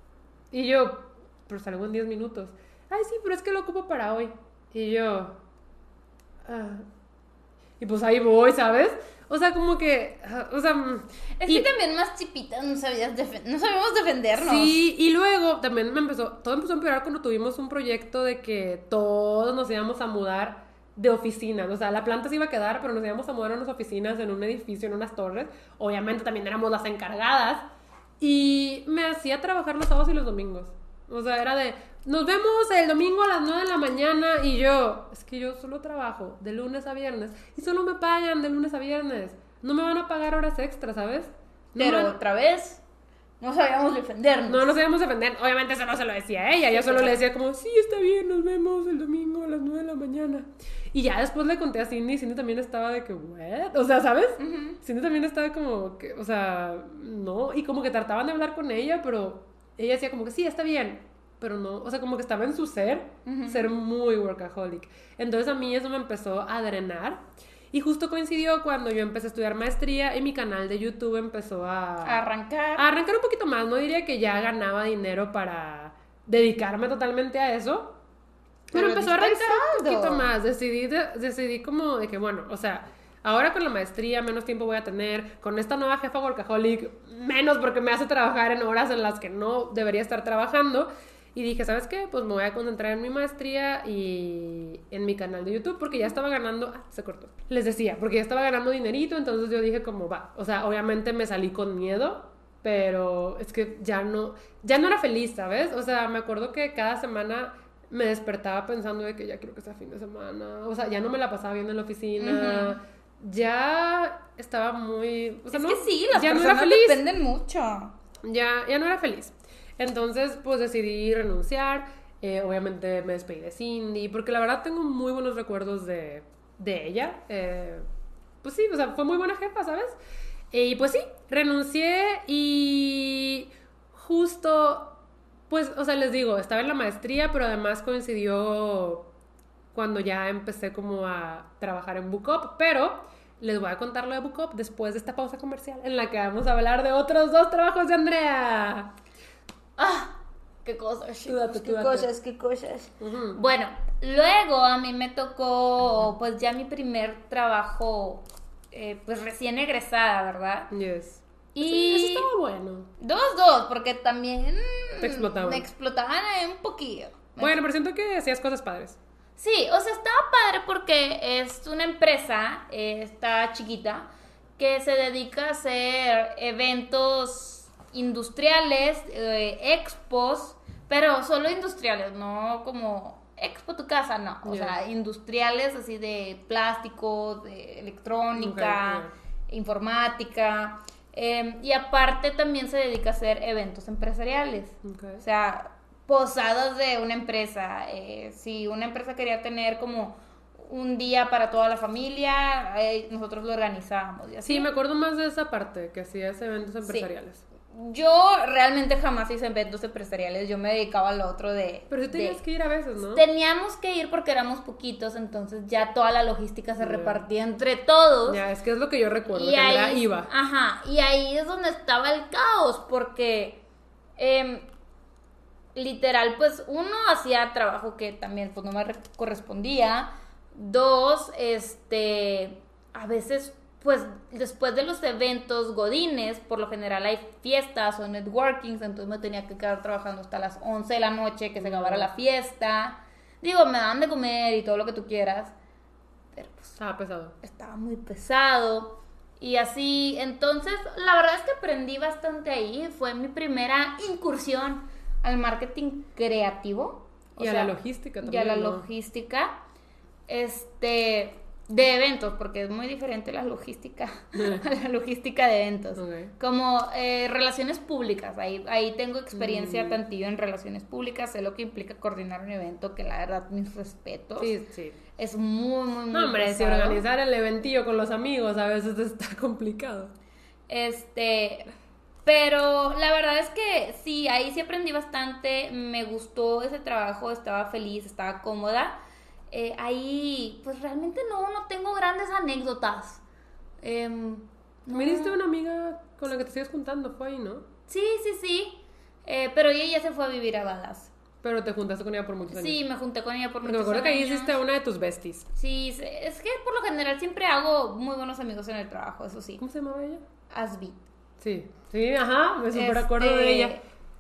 Y yo, pero salgo en diez minutos. Ay, sí, pero es que lo ocupo para hoy. Y yo, ah, y pues ahí voy, ¿sabes? O sea, como que, uh, o sea... Es y, que también más chipitas no, sabías defen- no sabíamos defendernos. Sí, y luego también me empezó, todo empezó a empeorar cuando tuvimos un proyecto de que todos nos íbamos a mudar de oficinas. O sea, la planta se iba a quedar, pero nos íbamos a mudar a unas oficinas en un edificio, en unas torres. Obviamente también éramos las encargadas. Y me hacía trabajar los sábados y los domingos. O sea, era de, nos vemos el domingo a las nueve de la mañana y yo, es que yo solo trabajo de lunes a viernes y solo me pagan de lunes a viernes. No me van a pagar horas extras, ¿sabes? No Pero me... otra vez, no sabíamos defendernos. No, no sabíamos defender. Obviamente eso no se lo decía a ella. Yo solo le decía como, sí, está bien, nos vemos el domingo a las nueve de la mañana. Y ya después le conté a Cindy y Cindy también estaba de que, ¿what? O sea, ¿sabes? Uh-huh. Cindy también estaba como que, o sea, no. Y como que trataban de hablar con ella, pero ella decía como que sí, está bien. Pero no, o sea, como que estaba en su ser, uh-huh. ser muy workaholic. Entonces a mí eso me empezó a drenar. Y justo coincidió cuando yo empecé a estudiar maestría y mi canal de YouTube empezó a... A arrancar. A arrancar un poquito más. No diría que ya ganaba dinero para dedicarme totalmente a eso. Pero, pero empezó a arrancar un poquito más. Decidí, de, decidí como de que, bueno, o sea, ahora con la maestría menos tiempo voy a tener. Con esta nueva jefa workaholic, menos porque me hace trabajar en horas en las que no debería estar trabajando. Y dije, ¿sabes qué? Pues me voy a concentrar en mi maestría y en mi canal de YouTube porque ya estaba ganando... Ah, se cortó. Les decía, porque ya estaba ganando dinerito, entonces yo dije como, va. O sea, obviamente me salí con miedo, pero es que ya no... Ya no era feliz, ¿sabes? O sea, me acuerdo que cada semana me despertaba pensando de que ya quiero que sea fin de semana. O sea, ya no me la pasaba viendo en la oficina. Uh-huh. Ya estaba muy... O sea, es no, que sí, las ya personas no era feliz. dependen mucho. Ya, ya no era feliz. Entonces, pues decidí renunciar. Eh, obviamente me despedí de Cindy, porque la verdad tengo muy buenos recuerdos de, de ella. Eh, pues sí, o sea, fue muy buena jefa, ¿sabes? Eh, y pues sí, renuncié y justo, pues, o sea, les digo, estaba en la maestría, pero además coincidió cuando ya empecé como a trabajar en BookUp, pero les voy a contar lo de BookUp después de esta pausa comercial en la que vamos a hablar de otros dos trabajos de Andrea. ¡Ah! ¡Qué cosas, chicos! Tú date, tú ¡Qué date. cosas, qué cosas! Uh-huh. Bueno, luego a mí me tocó, pues ya mi primer trabajo, eh, pues recién egresada, ¿verdad? Yes. Y sí, eso estaba bueno. Dos, dos, porque también... Te explotaban. Me explotaban un poquillo. Bueno, pero siento que hacías cosas padres. Sí, o sea, estaba padre porque es una empresa, eh, está chiquita, que se dedica a hacer eventos industriales, eh, expos, pero solo industriales, no como expo tu casa, no, o yeah. sea, industriales así de plástico, de electrónica, okay, yeah. informática, eh, y aparte también se dedica a hacer eventos empresariales, okay. o sea, posadas de una empresa, eh, si una empresa quería tener como un día para toda la familia, eh, nosotros lo organizábamos. Y así. Sí, me acuerdo más de esa parte, que hacías eventos empresariales. Sí. Yo realmente jamás hice eventos empresariales, yo me dedicaba a lo otro de... Pero sí tenías de, que ir a veces, ¿no? Teníamos que ir porque éramos poquitos, entonces ya toda la logística se yeah. repartía entre todos. Ya, yeah, es que es lo que yo recuerdo, y que ahí, era iba. Ajá, y ahí es donde estaba el caos, porque... Eh, literal, pues uno hacía trabajo que también pues no me correspondía. Dos, este, a veces pues después de los eventos godines, por lo general hay fiestas o networkings, entonces me tenía que quedar trabajando hasta las once de la noche que se acabara la fiesta. Digo, me daban de comer y todo lo que tú quieras, pero pues estaba pesado. Estaba muy pesado. Y así, entonces, la verdad es que aprendí bastante ahí. Fue mi primera incursión al marketing creativo. Y a sea, la logística también. Y a la ¿no? logística. Este... de eventos, porque es muy diferente la logística a la logística de eventos. Okay. Como eh, relaciones públicas, ahí, ahí tengo experiencia mm. tantillo en relaciones públicas, sé lo que implica coordinar un evento, que la verdad, mis respetos. Sí, sí. Es muy, muy, muy No, hombre, pesado. Si organizar el eventillo con los amigos a veces está complicado. Este... Pero la verdad es que sí, ahí sí aprendí bastante, me gustó ese trabajo, estaba feliz, estaba cómoda. Eh, ahí, pues realmente no, no tengo grandes anécdotas. Eh, no. Me diste una amiga con la que te sigues juntando, fue ahí, ¿no? Sí, sí, sí. Eh, pero ella ya se fue a vivir a Dallas. Pero te juntaste con ella por muchos años. Sí, me junté con ella por Porque muchos años. me acuerdo que ahí hiciste una de tus besties. Sí, es que por lo general siempre hago muy buenos amigos en el trabajo, eso sí. ¿Cómo se llamaba ella? Asby. Sí, sí, ajá, me súper acuerdo este... de ella.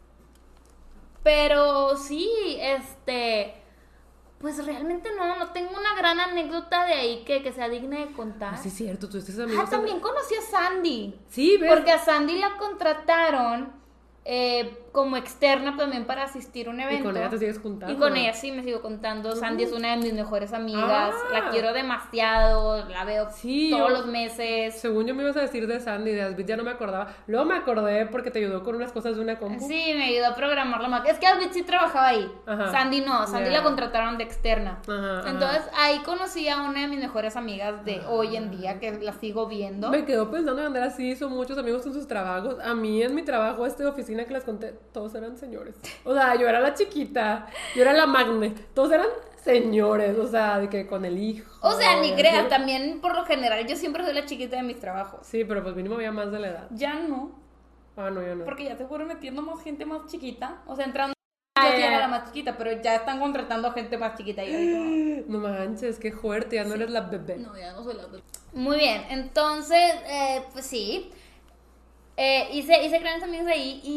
Pero sí, este... pues realmente no, no tengo una gran anécdota de ahí que, que sea digna de contar. Ah, sí, es cierto, tú estás amigos. Ah, también conocí a Sandy. Sí, ¿ves? Porque a Sandy la contrataron eh, como externa también para asistir a un evento. Y con ella te sigues juntando. Y con ella sí me sigo contando. Uh-huh. Sandy es una de mis mejores amigas. Ah. La quiero demasiado, la veo sí, todos yo, los meses. Según yo me ibas a decir de Sandy, de Asbit ya no me acordaba. Luego me acordé porque te ayudó con unas cosas de una compu. Sí, me ayudó a programar la máquina. Es que Asbit sí trabajaba ahí. Ajá. Sandy no, Sandy yeah. la contrataron de externa. Ajá, Entonces ajá. ahí conocí a una de mis mejores amigas de hoy en día, que la sigo viendo. Me quedo pensando en Andrea, sí, son muchos amigos en sus trabajos. A mí en mi trabajo, este de oficina que les conté, todos eran señores. O sea, yo era la chiquita, yo era la magne, todos eran señores, o sea, de que con el hijo. O sea, ni creas, también por lo general yo siempre soy la chiquita de mis trabajos. Sí, pero pues mínimo había más de la edad. Ya no. Ah, no, ya no. Porque ya se fueron metiendo más gente más chiquita, o sea, entrando yo ya era la más chiquita, pero ya están contratando gente más chiquita. Y yo no manches, qué fuerte, ya no sí. eres la bebé. No, ya no soy la bebé. Muy bien, entonces, eh, pues sí, eh, hice, hice grandes amigos ahí y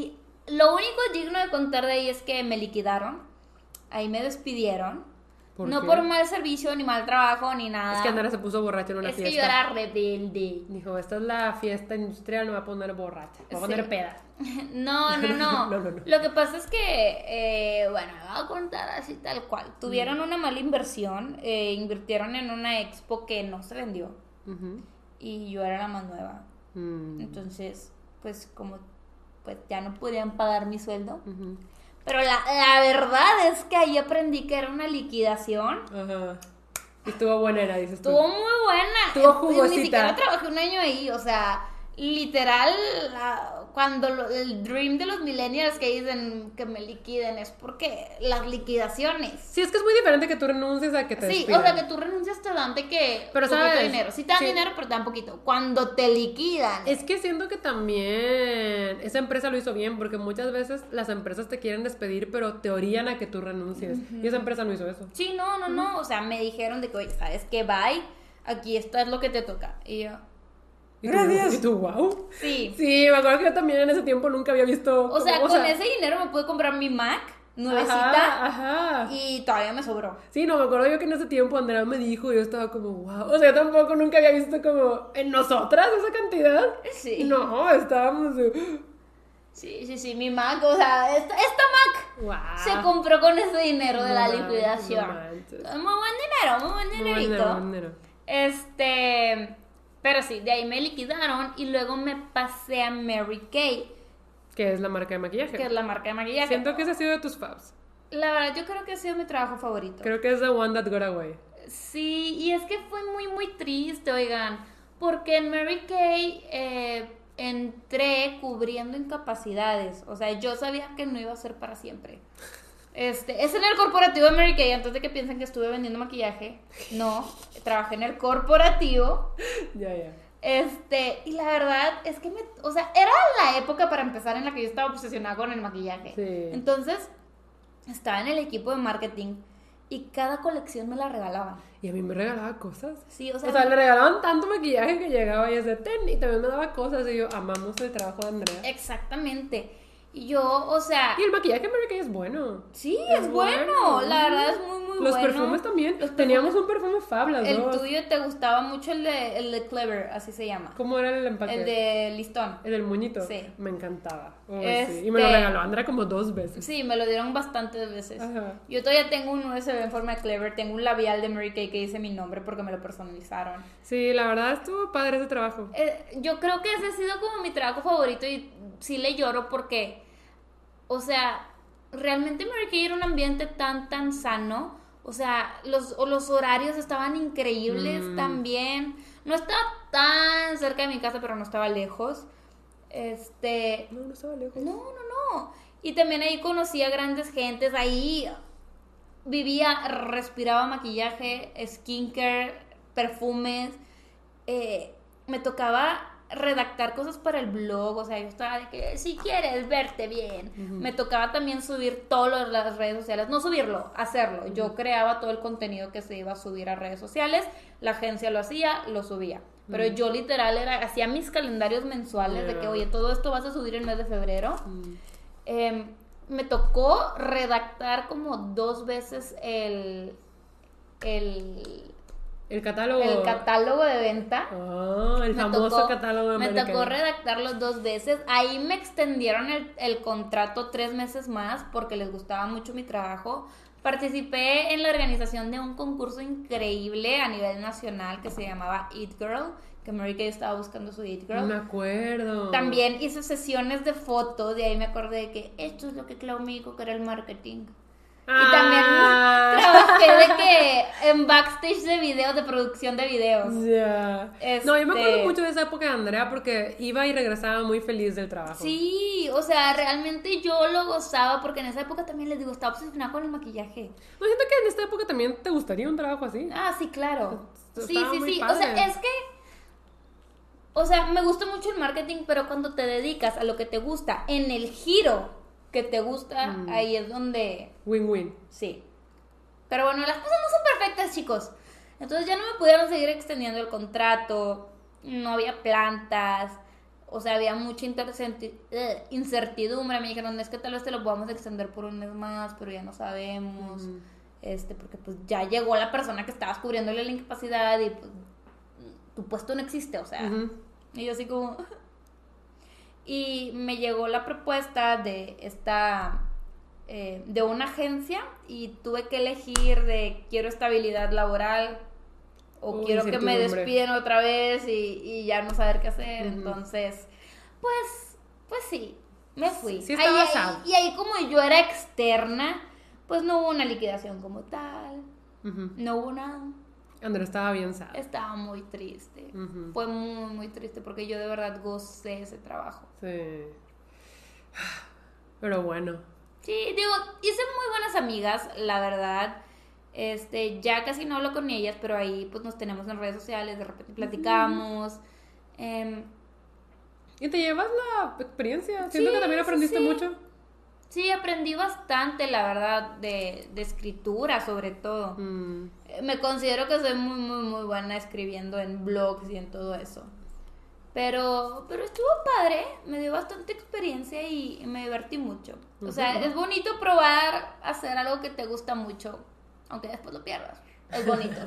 lo único digno de contar de ahí es que me liquidaron. Ahí me despidieron. ¿Por no qué? por mal servicio, ni mal trabajo, ni nada. Es que Andrea se puso borracha en una Es fiesta. que yo era rebelde. Dijo, esta es la fiesta industrial, no me voy a poner borracha, me voy a poner Sí. peda. No, no, no. No, no, no. Lo que pasa es que, eh, bueno, me voy a contar así tal cual. Tuvieron una mala inversión, eh, invirtieron en una expo que no se vendió Ujú. y yo era la más nueva. Mm. Entonces, pues como pues ya no podían pagar mi sueldo. Ujú. Pero la, la verdad es que ahí aprendí que era una liquidación. Ajá. Y estuvo buena, era, dices tú. Estuvo muy buena. Estuvo Eh, jugosita. Ni siquiera trabajé un año ahí, o sea, literal, la- cuando lo- el dream de los millennials que dicen que me liquiden es porque las liquidaciones. Sí, es que es muy diferente que tú renuncies a que te Sí, despidan. o sea, que tú renuncias te dan de que Pero, poquito ¿sabes? dinero. Sí te dan Sí. dinero, pero te dan poquito. Cuando te liquidan. Es que siento que también esa empresa lo hizo bien, porque muchas veces las empresas te quieren despedir, pero te orillan a que tú renuncies. Y esa empresa no hizo eso. Sí, no, no, no. O sea, me dijeron de que, oye, ¿sabes qué? Bye. Aquí esto es lo que te toca. Y yo, Y tú, Gracias. Y tú, wow. sí. Sí, me acuerdo que yo también en ese tiempo nunca había visto. O sea, como- con ese dinero me pude comprar mi Mac nuevecita Ajá, ajá. y todavía me sobró. Sí, no, me acuerdo yo que en ese tiempo Andrea me dijo y yo estaba como, wow. O sea, yo tampoco nunca había visto como en nosotras esa cantidad. Sí. No, estábamos de, Sí, sí, sí, mi Mac, o sea, esta, esta Mac wow. se compró con ese dinero de No la manches, liquidación. no manches. Muy buen dinero, muy buen Muy dinerito. dinero, muy dinero. Este, pero sí, de ahí me liquidaron y luego me pasé a Mary Kay, Que es la marca de maquillaje. que es la marca de maquillaje. Siento que ese ha sido de tus faves. La verdad, yo creo que ha sido mi trabajo favorito. Creo que es the one that got away. Sí, y es que fue muy, muy triste, oigan, porque en Mary Kay eh, entré cubriendo incapacidades. O sea, yo sabía que no iba a ser para siempre. Este, es en el corporativo de Mary Kay, antes de que piensen que estuve vendiendo maquillaje. No, trabajé en el corporativo. Ya, ya. Este, y la verdad es que me, o sea, era la época para empezar en la que yo estaba obsesionada con el maquillaje. Sí. Entonces, estaba en el equipo de marketing y cada colección me la regalaban. Y a mí me regalaba cosas. Sí, o sea, O sea, le regalaban tanto maquillaje que llegaba y ese ten y también me daba cosas y yo amamos el trabajo de Andrea. exactamente. Y yo, o sea, Y el maquillaje Mary Kay es bueno. sí, es, bueno. La verdad es muy, muy Los bueno. perfumes también. Los Teníamos un perfume Fab las El dos. tuyo te gustaba mucho el de, el de Clever, así se llama. ¿Cómo era el empaque? El de listón. El del moñito. Sí. Me encantaba. Oh, Este- sí. Y me lo regaló Andrea como dos veces. Sí, me lo dieron bastantes veces. Ajá. Yo todavía tengo un U S B en forma de Clever, tengo un labial de Mary Kay que dice mi nombre porque me lo personalizaron. Sí, la verdad estuvo padre ese trabajo. Eh, yo creo que ese ha sido como mi trabajo favorito y sí le lloro porque, o sea, realmente Mary Kay era un ambiente tan, tan sano. O sea, los, o los horarios estaban increíbles Mm. también. No estaba tan cerca de mi casa, pero no estaba lejos. Este, No, no estaba lejos. no, no, no. Y también ahí conocí a grandes gentes. Ahí vivía, respiraba maquillaje, skincare, perfumes. Eh, me tocaba redactar cosas para el blog. O sea, yo estaba de que si quieres verte bien. Ujú. Me tocaba también subir todo lo de las redes sociales. No subirlo, hacerlo. Yo creaba todo el contenido que se iba a subir a redes sociales. La agencia lo hacía, lo subía. Pero Mm. yo literal era, hacía mis calendarios mensuales de que, Yeah. oye, todo esto vas a subir el mes de febrero. Mm. Eh, me tocó redactar como dos veces el, el, El catálogo. el catálogo de venta. Ah, el Me famoso tocó- catálogo de Me Mary tocó Kay. redactarlo dos veces. Ahí me extendieron el, el contrato tres meses más porque les gustaba mucho mi trabajo. Participé en la organización de un concurso increíble a nivel nacional que se llamaba It Girl, que Mary Kay estaba buscando su It Girl. Me acuerdo. También hice sesiones de fotos, de ahí me acordé de que esto es lo que Clau me dijo que era el marketing. Y también Ah. trabajé de que en backstage de videos, de producción de videos. Ya. Este- No, yo me acuerdo mucho de esa época de Andrea porque iba y regresaba muy feliz del trabajo. Sí, o sea, realmente yo lo gozaba porque en esa época también les digo, estaba obsesionada con el maquillaje. No, siento que en esta época también te gustaría un trabajo así. Ah, sí, claro. Estaba Sí, sí, muy sí. O padre. sea, es que, o sea, me gusta mucho el marketing, pero cuando te dedicas a lo que te gusta, en el giro que te gusta, Mm. ahí es donde, Win-win. sí. Pero bueno, las cosas no son perfectas, chicos. Entonces ya no me pudieron seguir extendiendo el contrato, no había plantas. o sea, había mucha intercenti- eh, incertidumbre. Me dijeron, es que tal vez te lo podamos extender por un mes más, pero ya no sabemos. Uh-huh. Este, porque pues ya llegó la persona que estabas cubriéndole la incapacidad y pues tu puesto no existe, o sea. Uh-huh. Y yo así como... Y me llegó la propuesta de esta... Eh, de una agencia y tuve que elegir de quiero estabilidad laboral o Uy, quiero que me despiden otra vez y, y ya no saber qué hacer. Uh-huh. Entonces, pues, pues sí, me fui. Sí, ahí, ahí, y ahí como yo era externa, pues no hubo una liquidación como tal, uh-huh. no hubo nada. Andrea estaba bien sad. Estaba muy triste. Uh-huh. Fue muy, muy triste porque yo de verdad gocé ese trabajo. Sí. Pero bueno. Sí, digo, hice muy buenas amigas, la verdad. Este, ya casi no hablo con ellas, pero ahí pues nos tenemos en redes sociales, de repente platicamos. Uh-huh. Eh, ¿Y te llevas la experiencia? Siento sí, que también aprendiste sí. mucho. Sí, aprendí bastante, la verdad, de, de escritura sobre todo. Mm. Me considero que soy muy, muy, muy buena escribiendo en blogs y en todo eso. Pero, pero estuvo padre, me dio bastante experiencia y me divertí mucho. O sea, uh-huh. es bonito probar hacer algo que te gusta mucho, aunque después lo pierdas. Es bonito.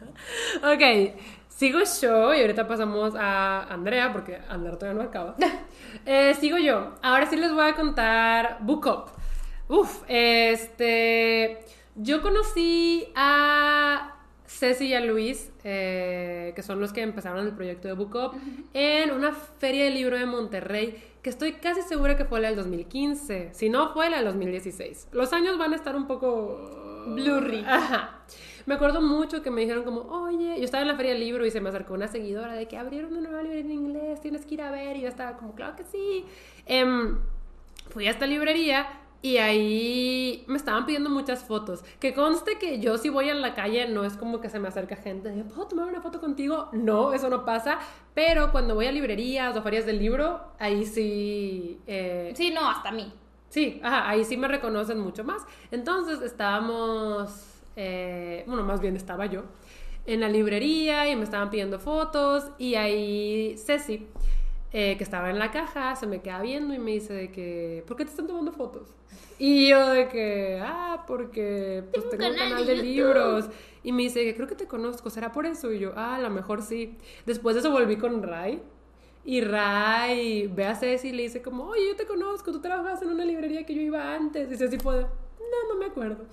Ok, sigo yo y ahorita pasamos a Andrea, porque Andrea todavía no acaba. eh, sigo yo. Ahora sí les voy a contar Book Up. Uf, este... Yo conocí a Ceci y a Luis, eh, que son los que empezaron el proyecto de Book Up, uh-huh. en una feria de libro de Monterrey, que estoy casi segura que fue la del dos mil quince. Si no, fue la del dos mil dieciséis. Los años van a estar un poco... blurry. Ajá. Me acuerdo mucho que me dijeron como, oye, yo estaba en la feria del libro y se me acercó una seguidora de que abrieron una nueva librería en inglés, tienes que ir a ver. Y yo estaba como, claro que sí. Um, fui a esta librería y ahí me estaban pidiendo muchas fotos. Que conste que yo si voy a la calle no es como que se me acerca gente de, ¿puedo tomar una foto contigo? No, eso no pasa. Pero cuando voy a librerías o ferias del libro, ahí sí... Eh, sí, no, hasta a mí. Sí, ajá, ahí sí me reconocen mucho más. Entonces estábamos... Eh, bueno, más bien estaba yo en la librería y me estaban pidiendo fotos y ahí Ceci, eh, que estaba en la caja, se me queda viendo y me dice de que ¿por qué te están tomando fotos? Y yo de que, ah, porque pues tengo, tengo un canal de, de libros. Y me dice que creo que te conozco, ¿será por eso? Y yo, ah, a lo mejor sí. Después de eso volví con Ray y Ray ve a Ceci y le dice como, oye, yo te conozco, tú trabajas en una librería que yo iba antes. Y Ceci puede, no, no me acuerdo.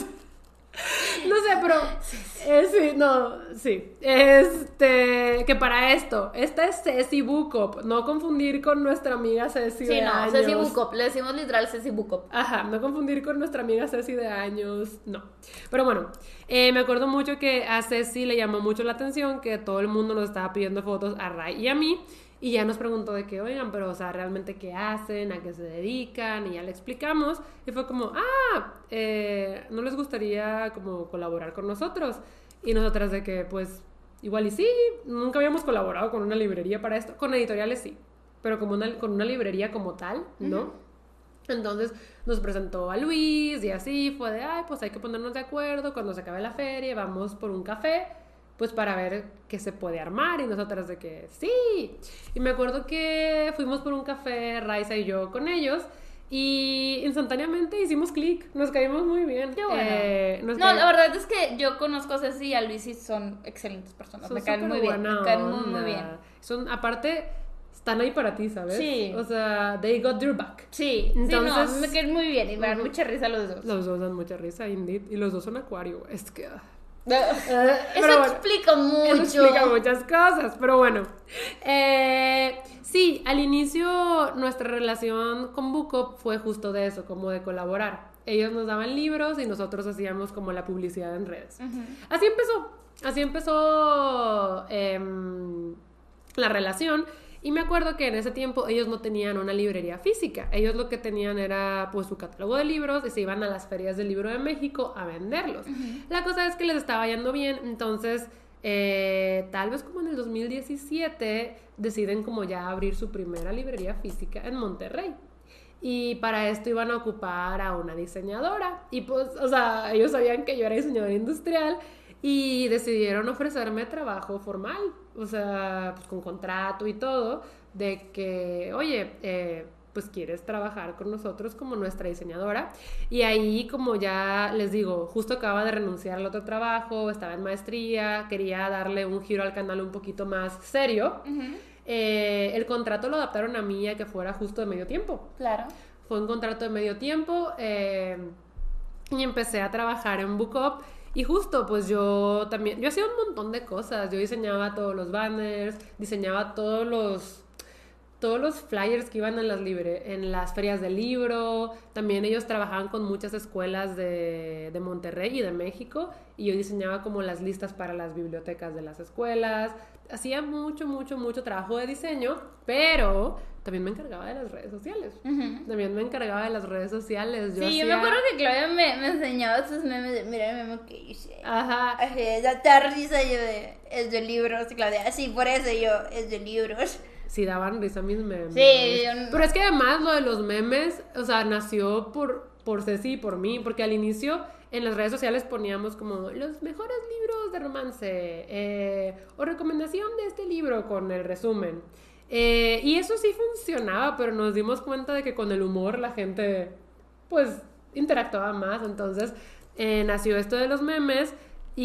No sé, pero sí, sí. Eh, sí, no, sí. Este, que para esto, esta es Ceci Book Up, no confundir con nuestra amiga Ceci sí, de no, años. Ceci Book Up, le decimos literal Ceci Book Up. Ajá, no confundir con nuestra amiga Ceci de años, no. Pero bueno, eh, me acuerdo mucho que a Ceci le llamó mucho la atención que todo el mundo nos estaba pidiendo fotos a Ray y a mí. Y ya nos preguntó de que, oigan, pero, o sea, ¿realmente qué hacen? ¿A qué se dedican? Y ya le explicamos. Y fue como, ah, eh, ¿no les gustaría como colaborar con nosotros? Y nosotras de que, pues, igual y sí, nunca habíamos colaborado con una librería para esto. Con editoriales sí, pero como una, con una librería como tal, ¿no? Uh-huh. Entonces nos presentó a Luis y así fue de, ay, pues hay que ponernos de acuerdo. Cuando se acabe la feria vamos por un café, pues para ver qué se puede armar. Y nosotras de que sí. Y me acuerdo que fuimos por un café, Raiza y yo con ellos, y instantáneamente hicimos clic, nos caímos muy bien. Qué bueno. Eh, no, caímos... la verdad es que yo conozco a Ceci y a Luis y son excelentes personas, son me caen muy bien, me caen muy, muy bien. Son, aparte, están ahí para ti, ¿sabes? Sí. O sea, they got your back. Sí, entonces, sí, no, me caen muy bien y me dan uh-huh. mucha risa los dos. Los dos dan mucha risa, indeed, y los dos son acuario, es que... Uh, eso bueno, explica mucho. Eso explica muchas cosas, pero bueno. Eh, sí, al inicio nuestra relación con Book Up fue justo de eso, como de colaborar. Ellos nos daban libros y nosotros hacíamos como la publicidad en redes. Uh-huh. Así empezó, así empezó eh, la relación. Y me acuerdo que en ese tiempo ellos no tenían una librería física. Ellos lo que tenían era pues su catálogo de libros y se iban a las ferias del libro de México a venderlos. Uh-huh. La cosa es que les estaba yendo bien, entonces eh, tal vez como en el dos mil diecisiete deciden como ya abrir su primera librería física en Monterrey. Y para esto iban a ocupar a una diseñadora. Y pues, o sea, ellos sabían que yo era diseñadora industrial y decidieron ofrecerme trabajo formal, o sea, pues con contrato y todo, de que, oye, eh, pues quieres trabajar con nosotros como nuestra diseñadora. Y ahí, como ya les digo, justo acaba de renunciar al otro trabajo, estaba en maestría, quería darle un giro al canal un poquito más serio. Uh-huh. Eh, el contrato lo adaptaron a mí a que fuera justo de medio tiempo. Claro. Fue un contrato de medio tiempo eh, y empecé a trabajar en BookUp. Y justo, pues yo también, yo hacía un montón de cosas. Yo diseñaba todos los banners, diseñaba todos los todos los flyers que iban en las, libre, en las ferias del libro. También ellos trabajaban con muchas escuelas de, de Monterrey y de México, y yo diseñaba como las listas para las bibliotecas de las escuelas. Hacía mucho, mucho, mucho trabajo de diseño, pero también me encargaba de las redes sociales. Uh-huh. También me encargaba de las redes sociales. Yo sí, hacía... yo me acuerdo que Claudia me, me enseñaba sus memes de, mira el meme que hice. Ajá. Da te risa yo de, es de libros, Claudia. Sí, por eso yo, es de libros. Sí, daban risa mis memes. Sí. Yo... Pero es que además lo de los memes, o sea, nació por, por Ceci y por mí, porque al inicio en las redes sociales poníamos como los mejores libros de romance, eh, o recomendación de este libro con el resumen. Eh, y eso sí funcionaba, pero nos dimos cuenta de que con el humor la gente, pues, interactuaba más. Entonces, eh, nació esto de los memes.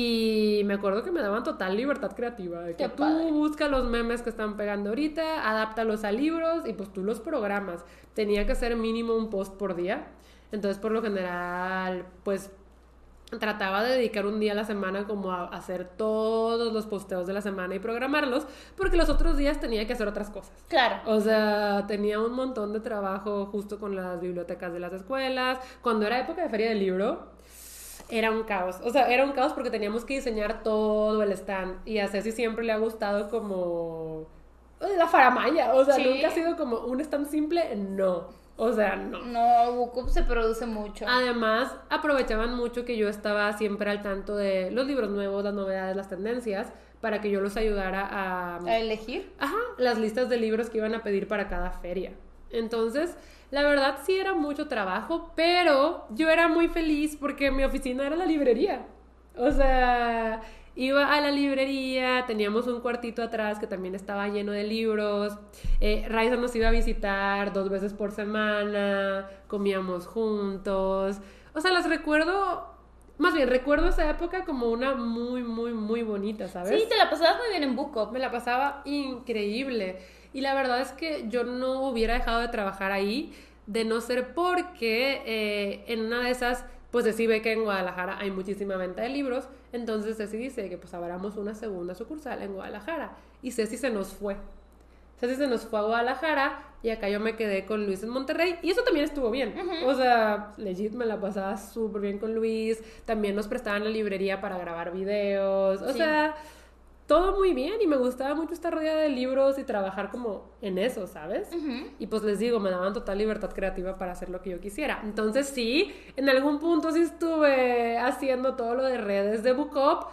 Y me acuerdo que me daban total libertad creativa, de que Qué tú padre. busca los memes que están pegando ahorita, adáptalos a libros y pues tú los programas. Tenía que ser mínimo un post por día, entonces por lo general pues trataba de dedicar un día a la semana como a hacer todos los posteos de la semana y programarlos, porque los otros días tenía que hacer otras cosas. Claro. O sea, tenía un montón de trabajo justo con las bibliotecas de las escuelas. Cuando era época de feria del libro, era un caos, o sea, era un caos porque teníamos que diseñar todo el stand, y a Ceci siempre le ha gustado como la faramaya, o sea, ¿sí? Nunca ha sido como un stand simple, no, o sea, no. No, BookUp se produce mucho. Además, aprovechaban mucho que yo estaba siempre al tanto de los libros nuevos, las novedades, las tendencias, para que yo los ayudara a... ¿A elegir? Ajá, las listas de libros que iban a pedir para cada feria. Entonces, la verdad sí era mucho trabajo, pero yo era muy feliz porque mi oficina era la librería. O sea, iba a la librería, teníamos un cuartito atrás que también estaba lleno de libros. Eh, Raiza nos iba a visitar dos veces por semana, comíamos juntos. O sea, las recuerdo, más bien recuerdo esa época como una muy, muy, muy bonita, ¿sabes? Sí, te la pasabas muy bien en BookUp. Me la pasaba increíble. Y la verdad es que yo no hubiera dejado de trabajar ahí de no ser porque eh, en una de esas, pues Ceci ve que en Guadalajara hay muchísima venta de libros, entonces Ceci dice que pues abramos una segunda sucursal en Guadalajara, y Ceci se nos fue. Ceci se nos fue a Guadalajara y acá yo me quedé con Luis en Monterrey, y eso también estuvo bien. Uh-huh. O sea, legit me la pasaba súper bien con Luis, también nos prestaban la librería para grabar videos, o sí. sea... todo muy bien, y me gustaba mucho estar rodeada de libros y trabajar como en eso, ¿sabes? Uh-huh. Y pues les digo, me daban total libertad creativa para hacer lo que yo quisiera. Entonces sí, en algún punto sí estuve haciendo todo lo de redes de BookUp,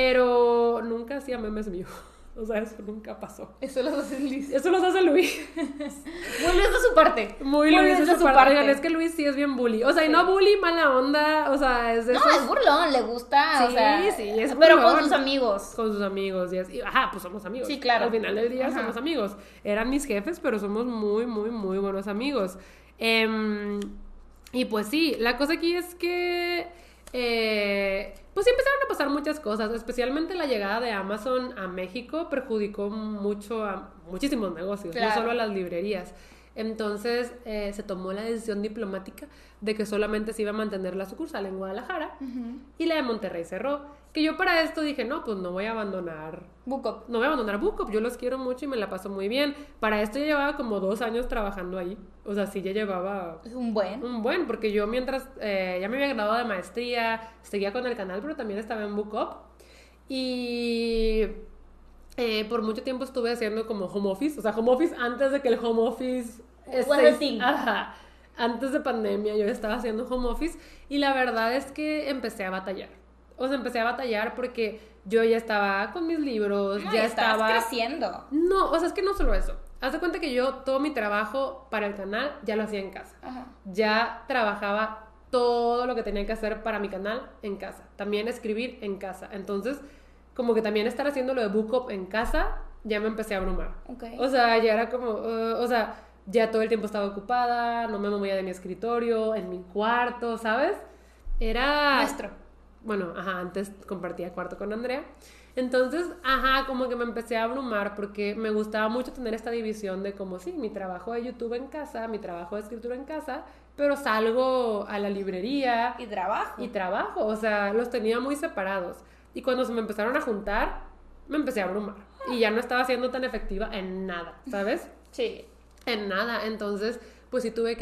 pero nunca hacía memes míos. O sea, eso nunca pasó. Eso los hace Luis. Eso los hace Luis. Muy Luis de su parte. Muy, Muy Luis de su, su parte. parte. Oigan, es que Luis sí es bien bully. O sea, sí. Y no bully mala onda. O sea, es de No, esos... es burlón, le gusta. Sí, o sea, sí, es burlón. Pero con sus amigos. Con sus amigos. Y así. Ajá, pues somos amigos. Sí, claro. Al final del día Ajá. somos amigos. Eran mis jefes, pero somos muy, muy, muy buenos amigos. Eh, y pues sí, la cosa aquí es que... Eh, pues sí empezaron a pasar muchas cosas, especialmente la llegada de Amazon a México perjudicó mucho a muchísimos negocios, claro. No solo a las librerías. Entonces eh, se tomó la decisión diplomática de que solamente se iba a mantener la sucursal en Guadalajara, uh-huh. y la de Monterrey cerró. Que yo para esto dije, no, pues no voy a abandonar BookUp. No voy a abandonar BookUp, yo los quiero mucho y me la paso muy bien. Para esto ya llevaba como dos años trabajando ahí. O sea, sí ya llevaba... Un buen. Un buen, porque yo mientras eh, ya me había graduado de maestría, seguía con el canal, pero también estaba en BookUp. Y... Eh, por mucho tiempo estuve haciendo como home office, o sea, home office antes de que el home office... Well, sí. Ajá. Antes de pandemia yo estaba haciendo home office y la verdad es que empecé a batallar. O sea, empecé a batallar porque yo ya estaba con mis libros, no, ya estabas estaba... creciendo. No, o sea, es que no solo eso. Haz de cuenta que yo todo mi trabajo para el canal ya lo hacía en casa. Ajá. Ya trabajaba todo lo que tenía que hacer para mi canal en casa. También escribir en casa. Entonces, como que también estar haciendo lo de BookUp en casa ya me empecé a abrumar. Okay. O sea, ya era como, uh, o sea, ya todo el tiempo estaba ocupada, no me movía de mi escritorio, en mi cuarto, ¿sabes? Era... Nuestro. Bueno, ajá, antes compartía cuarto con Andrea. Entonces, ajá, como que me empecé a abrumar porque me gustaba mucho tener esta división de como, sí, mi trabajo de YouTube en casa, mi trabajo de escritura en casa, pero salgo a la librería. Y trabajo. Y trabajo, o sea, los tenía muy separados. Y cuando se me empezaron a juntar, me empecé a abrumar. Y ya no estaba siendo tan efectiva en nada, ¿sabes? Sí. En nada. Entonces, pues sí tuve que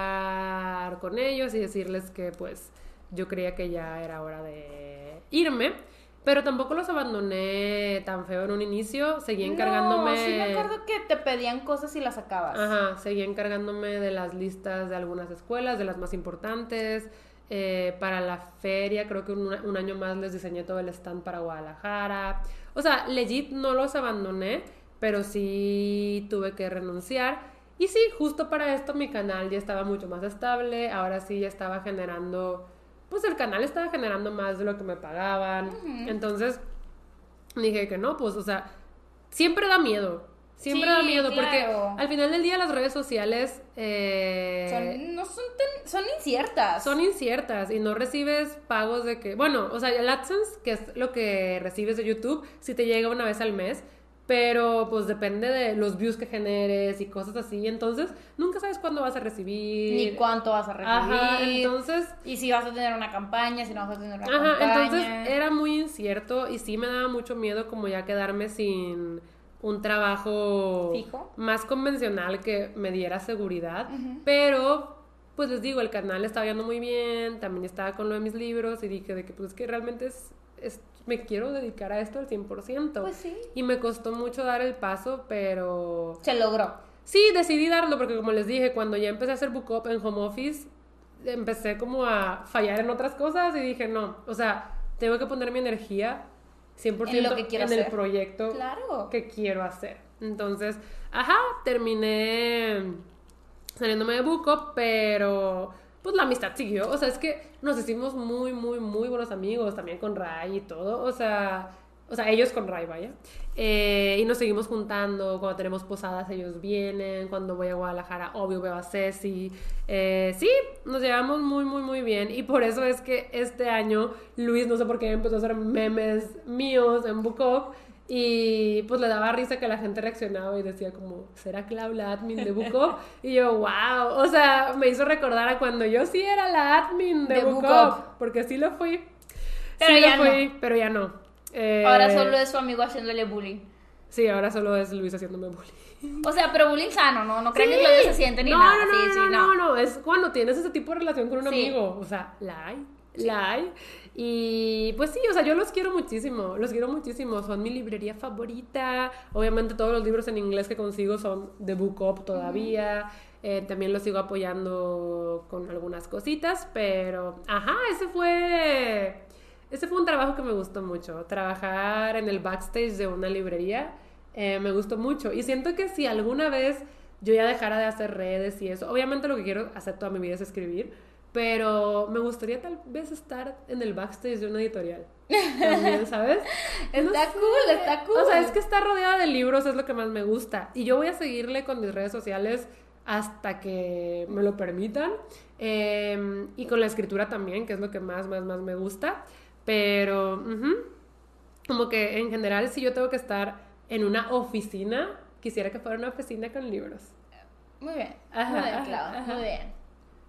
hablar con ellos y decirles que, pues, yo creía que ya era hora de irme. Pero tampoco los abandoné tan feo en un inicio. Seguí encargándome... No, sí me acuerdo que te pedían cosas y las sacabas. Ajá, seguí encargándome de las listas de algunas escuelas, de las más importantes. Eh, para la feria, creo que un, un año más les diseñé todo el stand para Guadalajara. O sea, legit no los abandoné, pero sí tuve que renunciar. Y sí, justo para esto mi canal ya estaba mucho más estable. Ahora sí ya estaba generando... Pues el canal estaba generando más de lo que me pagaban. Uh-huh. Entonces dije que no, pues, o sea, siempre da miedo. Siempre sí, da miedo claro. Porque al final del día las redes sociales... Eh, son, no son, tan, son inciertas. Son inciertas y no recibes pagos de que... Bueno, o sea, el AdSense, que es lo que recibes de YouTube, sí te llega una vez al mes. Pero pues depende de los views que generes y cosas así. Entonces, nunca sabes cuándo vas a recibir. Ni cuánto vas a recibir. Ajá, entonces... Y si vas a tener una campaña, si no vas a tener una ajá, campaña. Entonces era muy incierto y sí me daba mucho miedo como ya quedarme sin un trabajo... ¿Fijo? Más convencional que me diera seguridad. Uh-huh. Pero... Pues les digo, el canal estaba yendo muy bien. También estaba con lo de mis libros. Y dije de que pues es que realmente es... es me quiero dedicar a esto al cien por ciento. Pues sí. Y me costó mucho dar el paso, pero... Se logró. Sí, decidí darlo porque como les dije, cuando ya empecé a hacer book up en home office, empecé como a fallar en otras cosas y dije, no, o sea, tengo que poner mi energía cien por ciento en, lo que quiero en hacer. el proyecto claro. que quiero hacer. Entonces, ajá, terminé saliéndome de book up, pero... pues la amistad siguió, o sea, es que nos hicimos muy, muy, muy buenos amigos, también con Ray y todo, o sea, o sea, ellos con Ray, vaya, eh, y nos seguimos juntando, cuando tenemos posadas ellos vienen, cuando voy a Guadalajara, obvio veo a Ceci, eh, sí, nos llevamos muy, muy, muy bien, y por eso es que este año Luis, no sé por qué, empezó a hacer memes míos en Book Up, y pues le daba risa que la gente reaccionaba y decía como, ¿será Clau la admin de Book Up? Y yo, wow, o sea, me hizo recordar a cuando yo sí era la admin de, de Book, Book Up, porque sí lo fui. Pero sí ya lo fui, no. pero ya no. Eh, ahora solo es su amigo haciéndole bullying. Sí, ahora solo es Luis haciéndome bullying. O sea, pero bullying sano, ¿no? No creen sí. que Claudia se siente ni no, nada. No, no, sí, no, sí, no, no, no, no, es cuando tienes ese tipo de relación con un sí. amigo. O sea, la hay. Sí. La hay. Y pues sí, o sea, yo los quiero muchísimo, los quiero muchísimo, son mi librería favorita. Obviamente todos los libros en inglés que consigo son de Book Up todavía. Uh-huh. eh, también los sigo apoyando con algunas cositas, pero ajá, ese fue ese fue un trabajo que me gustó mucho, trabajar en el backstage de una librería. Eh, me gustó mucho y siento que si alguna vez yo ya dejara de hacer redes y eso, obviamente lo que quiero hacer toda mi vida es escribir, pero me gustaría tal vez estar en el backstage de una editorial también, ¿sabes? Está no sé. cool, está cool. O sea, es que estar rodeada de libros es lo que más me gusta y yo voy a seguirle con mis redes sociales hasta que me lo permitan, eh, y con la escritura también, que es lo que más, más, más me gusta, pero uh-huh, como que en general si yo tengo que estar en una oficina, quisiera que fuera una oficina con libros. Muy bien, ajá, muy bien, ajá, Clau, ajá. muy bien.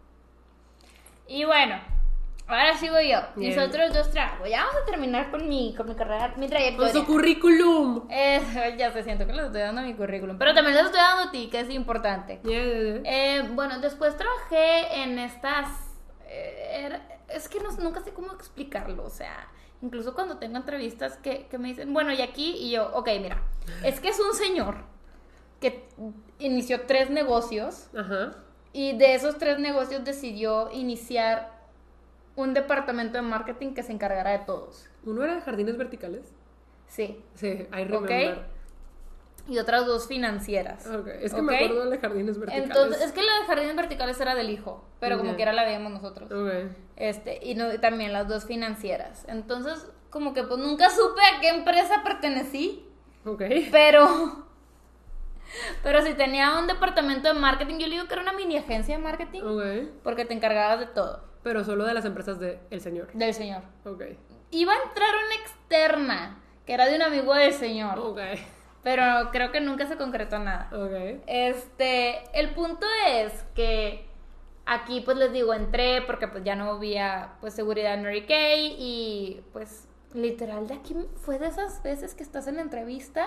Y bueno, ahora sigo yo. Mis bien. otros dos trabajos. Ya vamos a terminar con mi, con mi carrera, mi trayectoria. Con su currículum. Eh, ya se siento que les estoy dando mi currículum. Pero también les estoy dando a ti, que es importante. Yeah, yeah, yeah. Eh, bueno, después trabajé en estas... Eh, era, es que no, nunca sé cómo explicarlo. O sea, incluso cuando tengo entrevistas que, que me dicen, bueno, y aquí, y yo, ok, mira, es que es un señor que inició tres negocios. Ajá. Y de esos tres negocios decidió iniciar un departamento de marketing que se encargara de todos. ¿Uno era de jardines verticales? Sí. Sí, I remember. Okay. Y otras dos financieras. Okay. Es que ¿Okay? me acuerdo de las jardines verticales. Entonces, es que la de jardines verticales era del hijo, pero como Yeah. quiera la veíamos nosotros. Okay. Este, y no, también las dos financieras. Entonces, como que pues nunca supe a qué empresa pertenecí. Ok. Pero, pero si tenía un departamento de marketing, yo le digo que era una mini agencia de marketing. Ok. Porque te encargabas de todo. Pero solo de las empresas del señor. Del señor. Ok. Iba a entrar una externa, que era de un amigo del señor. Ok. Pero creo que nunca se concretó nada. Ok. Este, el punto es que aquí pues les digo, entré porque pues ya no había pues seguridad en Mary Kay y pues literal de aquí fue de esas veces que estás en la entrevista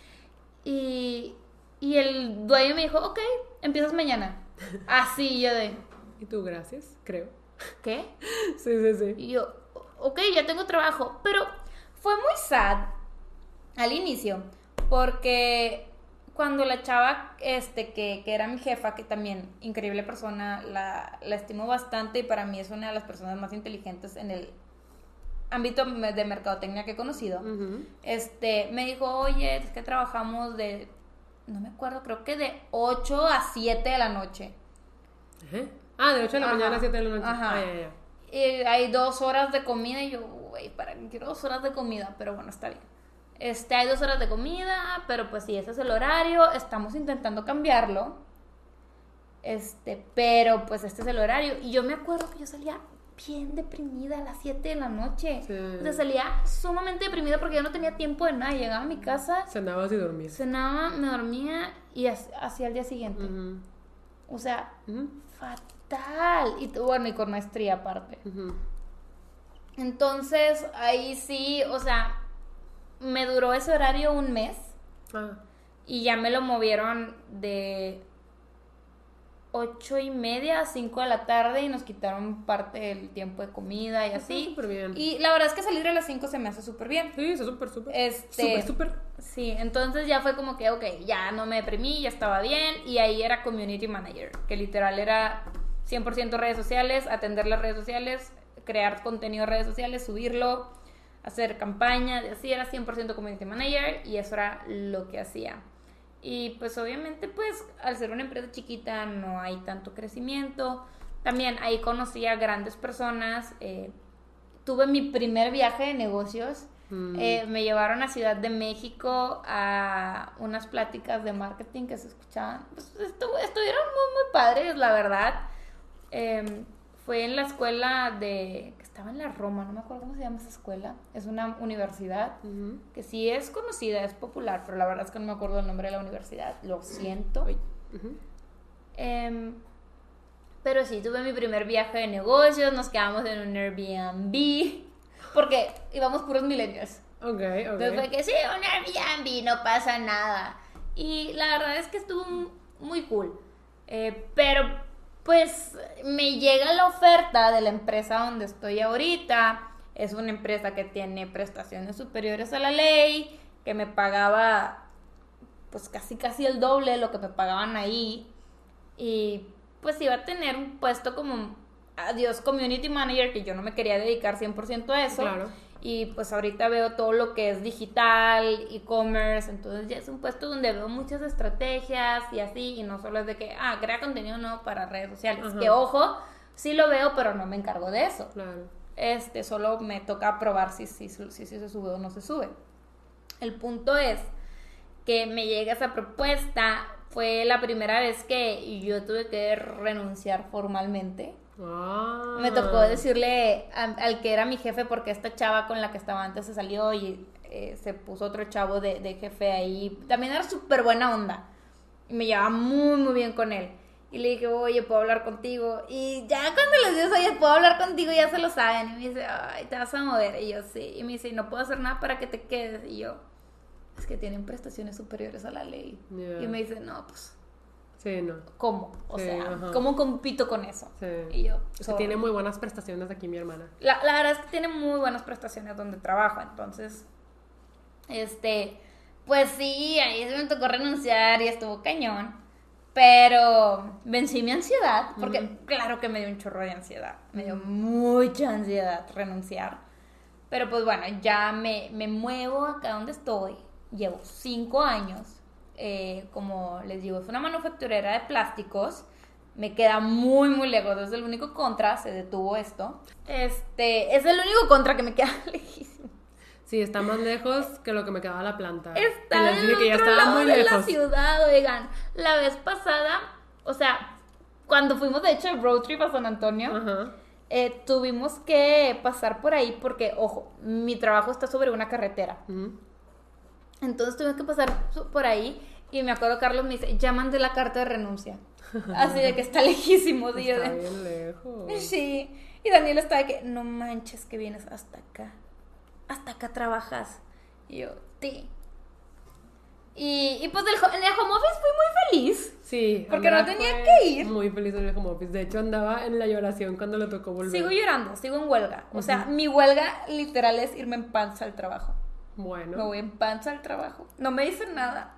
y, y el dueño me dijo, ok, empiezas mañana. Así yo de... ¿Y tú? Gracias, creo. ¿Qué? Sí, sí, sí. Y yo, ok, ya tengo trabajo, pero fue muy sad al inicio, porque cuando la chava este, que, que era mi jefa, que también increíble persona, la, la estimo bastante y para mí es una de las personas más inteligentes en el ámbito de mercadotecnia que he conocido, Uh-huh. este, me dijo, oye, es que trabajamos de, no me acuerdo, creo que de ocho a siete de la noche. ¿Eh? Ah, de ocho de la Ajá. mañana a siete de la noche. Ajá. Ah, ya, ya. Y hay dos horas de comida y yo, güey, para qué quiero dos horas de comida, pero bueno, está bien. Este, hay dos horas de comida, pero pues sí, ese es el horario, estamos intentando cambiarlo. Este, pero pues este es el horario. Y yo me acuerdo que yo salía bien deprimida a las siete de la noche. Sí. O sea, salía sumamente deprimida porque yo no tenía tiempo de nada. Llegaba a mi casa, Cenabas y dormías. cenaba, me dormía y hacía el día siguiente. Uh-huh. O sea, Uh-huh. fatal. Y bueno, y con maestría aparte. Uh-huh. Entonces, ahí sí, o sea, me duró ese horario un mes Ah. y ya me lo movieron de ocho y media a cinco de la tarde y nos quitaron parte del tiempo de comida y Está así. súper bien. Y la verdad es que salir a las cinco se me hace súper bien. Sí, eso es súper, súper. Este, Súper, súper. Sí, entonces ya fue como que, ok, ya no me deprimí, ya estaba bien. Y ahí era community manager, que literal era cien por ciento redes sociales, atender las redes sociales, crear contenido en redes sociales, subirlo, hacer campaña, así era cien por ciento community manager y eso era lo que hacía. Y pues obviamente pues al ser una empresa chiquita no hay tanto crecimiento. También ahí conocí a grandes personas, eh, tuve mi primer viaje de negocios. Mm. Eh, me llevaron a Ciudad de México a unas pláticas de marketing que se escuchaban. Pues, estu- estuvieron muy, muy padres, la verdad. Eh, fue en la escuela de... que estaba en la Roma, no me acuerdo cómo se llama esa escuela. Es una universidad Uh-huh. que sí es conocida, es popular, pero la verdad es que no me acuerdo el nombre de la universidad. Lo siento. Ay. Uh-huh. Eh, pero sí, tuve mi primer viaje de negocios, nos quedamos en un Airbnb, porque íbamos puros millennials. Ok, ok. Entonces fue que sí, un Airbnb, no pasa nada. Y la verdad es que estuvo m- muy cool. Eh, pero pues me llega la oferta de la empresa donde estoy ahorita. Es una empresa que tiene prestaciones superiores a la ley, que me pagaba pues casi casi el doble de lo que me pagaban ahí. Y pues iba a tener un puesto como, adiós, community manager, que yo no me quería dedicar cien por ciento a eso. Claro. Y pues ahorita veo todo lo que es digital, e-commerce, entonces ya es un puesto donde veo muchas estrategias y así, y no solo es de que, ah, crea contenido no para redes sociales, Ajá. que ojo, sí lo veo, pero no me encargo de eso. Claro. Este, solo me toca probar si, si, si, si se sube o no se sube. El punto es que me llega esa propuesta, fue la primera vez que yo tuve que renunciar formalmente. Ah. Me tocó decirle a- al que era mi jefe, porque esta chava con la que estaba antes se salió y eh, se puso otro chavo de, de jefe ahí. También era súper buena onda y me llevaba muy, muy bien con él. Y le dije, oye, ¿puedo hablar contigo? Y ya cuando les dices, oye, ¿puedo hablar contigo? Ya se lo saben. Y me dice, ay, ¿te vas a mover? Y yo, sí. Y me dice, no puedo hacer nada para que te quedes. Y yo, es que tienen prestaciones superiores a la ley. Yeah. Y me dice, no, pues, Sí, no. ¿cómo? O Sí, sea, ajá. ¿cómo compito con eso? Sí. Y yo, Es que sorry. tiene muy buenas prestaciones aquí mi hermana. La, la verdad es que tiene muy buenas prestaciones donde trabaja, entonces, este, pues sí, ahí se me tocó renunciar y estuvo cañón, pero vencí mi ansiedad, porque Ujú. claro que me dio un chorro de ansiedad, me dio mucha ansiedad renunciar, pero pues bueno, ya me, me muevo acá donde estoy, llevo cinco años, eh, como les digo, es una manufacturera de plásticos. Me queda muy, muy lejos. Es el único contra. Se detuvo esto. Este, es el único contra que me queda lejísimo. Sí, está más lejos que lo que me quedaba la planta. Está Y les del dije que ya otro estaba lado muy de lejos. la ciudad, oigan. La vez pasada, o sea, cuando fuimos de hecho el road trip a San Antonio, Ajá. eh, tuvimos que pasar por ahí porque, ojo, mi trabajo está sobre una carretera. Ujú. Entonces tuvimos que pasar su- por ahí y me acuerdo Carlos me dice, ya mandé la carta de renuncia. Así de que está lejísimo. Y yo Está de, bien lejos. sí. Y Daniel está de que, no manches que vienes hasta acá. Hasta acá trabajas. Y yo, sí. Y, y pues del, ho- en el home office fui muy feliz. Sí. Porque no Andrea tenía fue que ir. Muy feliz en el home office. De hecho, andaba en la lloración cuando le tocó volver. Sigo llorando, sigo en huelga. O sea, mi huelga literal es irme en panza al trabajo. Bueno. Me voy en panza al trabajo. No me dicen nada.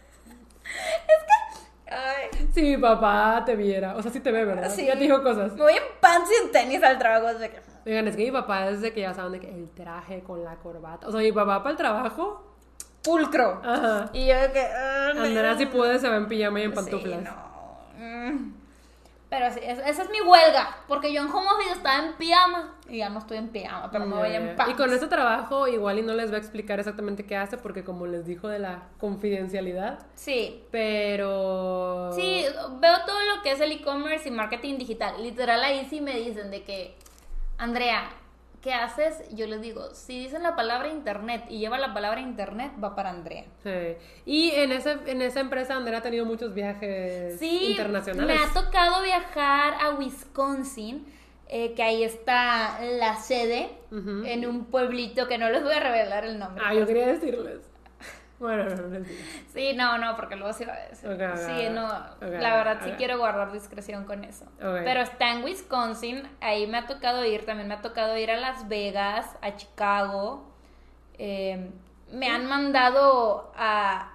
Es que, ay, Si mi papá te viera. O sea, sí te ve, ¿verdad? sí. Ya te dijo cosas. Me voy en panza y en tenis al trabajo. Así que, Oigan, es que mi papá desde que ya saben de que el traje con la corbata. O sea, mi papá para el trabajo. pulcro. Ajá. Y yo de que, ah, no. Andrea si puede se va en pijama y en pantuflas. Sí, no. Mm. Pero sí, es- esa es mi huelga. Porque yo en home office estaba en pijama. Y ya no estoy en pijama, pero me voy Eh, en panza. Y con este trabajo igual y no les va a explicar exactamente qué hace porque como les dijo de la confidencialidad, Sí. pero... Sí, veo todo lo que es el e-commerce y marketing digital. Literal, ahí sí me dicen de que, Andrea, ¿qué haces? Yo les digo, si dicen la palabra internet y lleva la palabra internet, va para Andrea. Sí. Y en, ese, en esa empresa Andrea ha tenido muchos viajes Sí, internacionales. me ha tocado viajar a Wisconsin, eh, que ahí está la sede, Ujú. en un pueblito que no les voy a revelar el nombre. Ah, yo quería decirles. Bueno, no, no les digo. Sí, no, no, porque luego se va a decir. Ok, ok, Sí, ok. no, Ok, la verdad sí ok. quiero guardar discreción con eso. Ok. Pero está en Wisconsin, ahí me ha tocado ir, también me ha tocado ir a Las Vegas, a Chicago. eh, me han mandado a,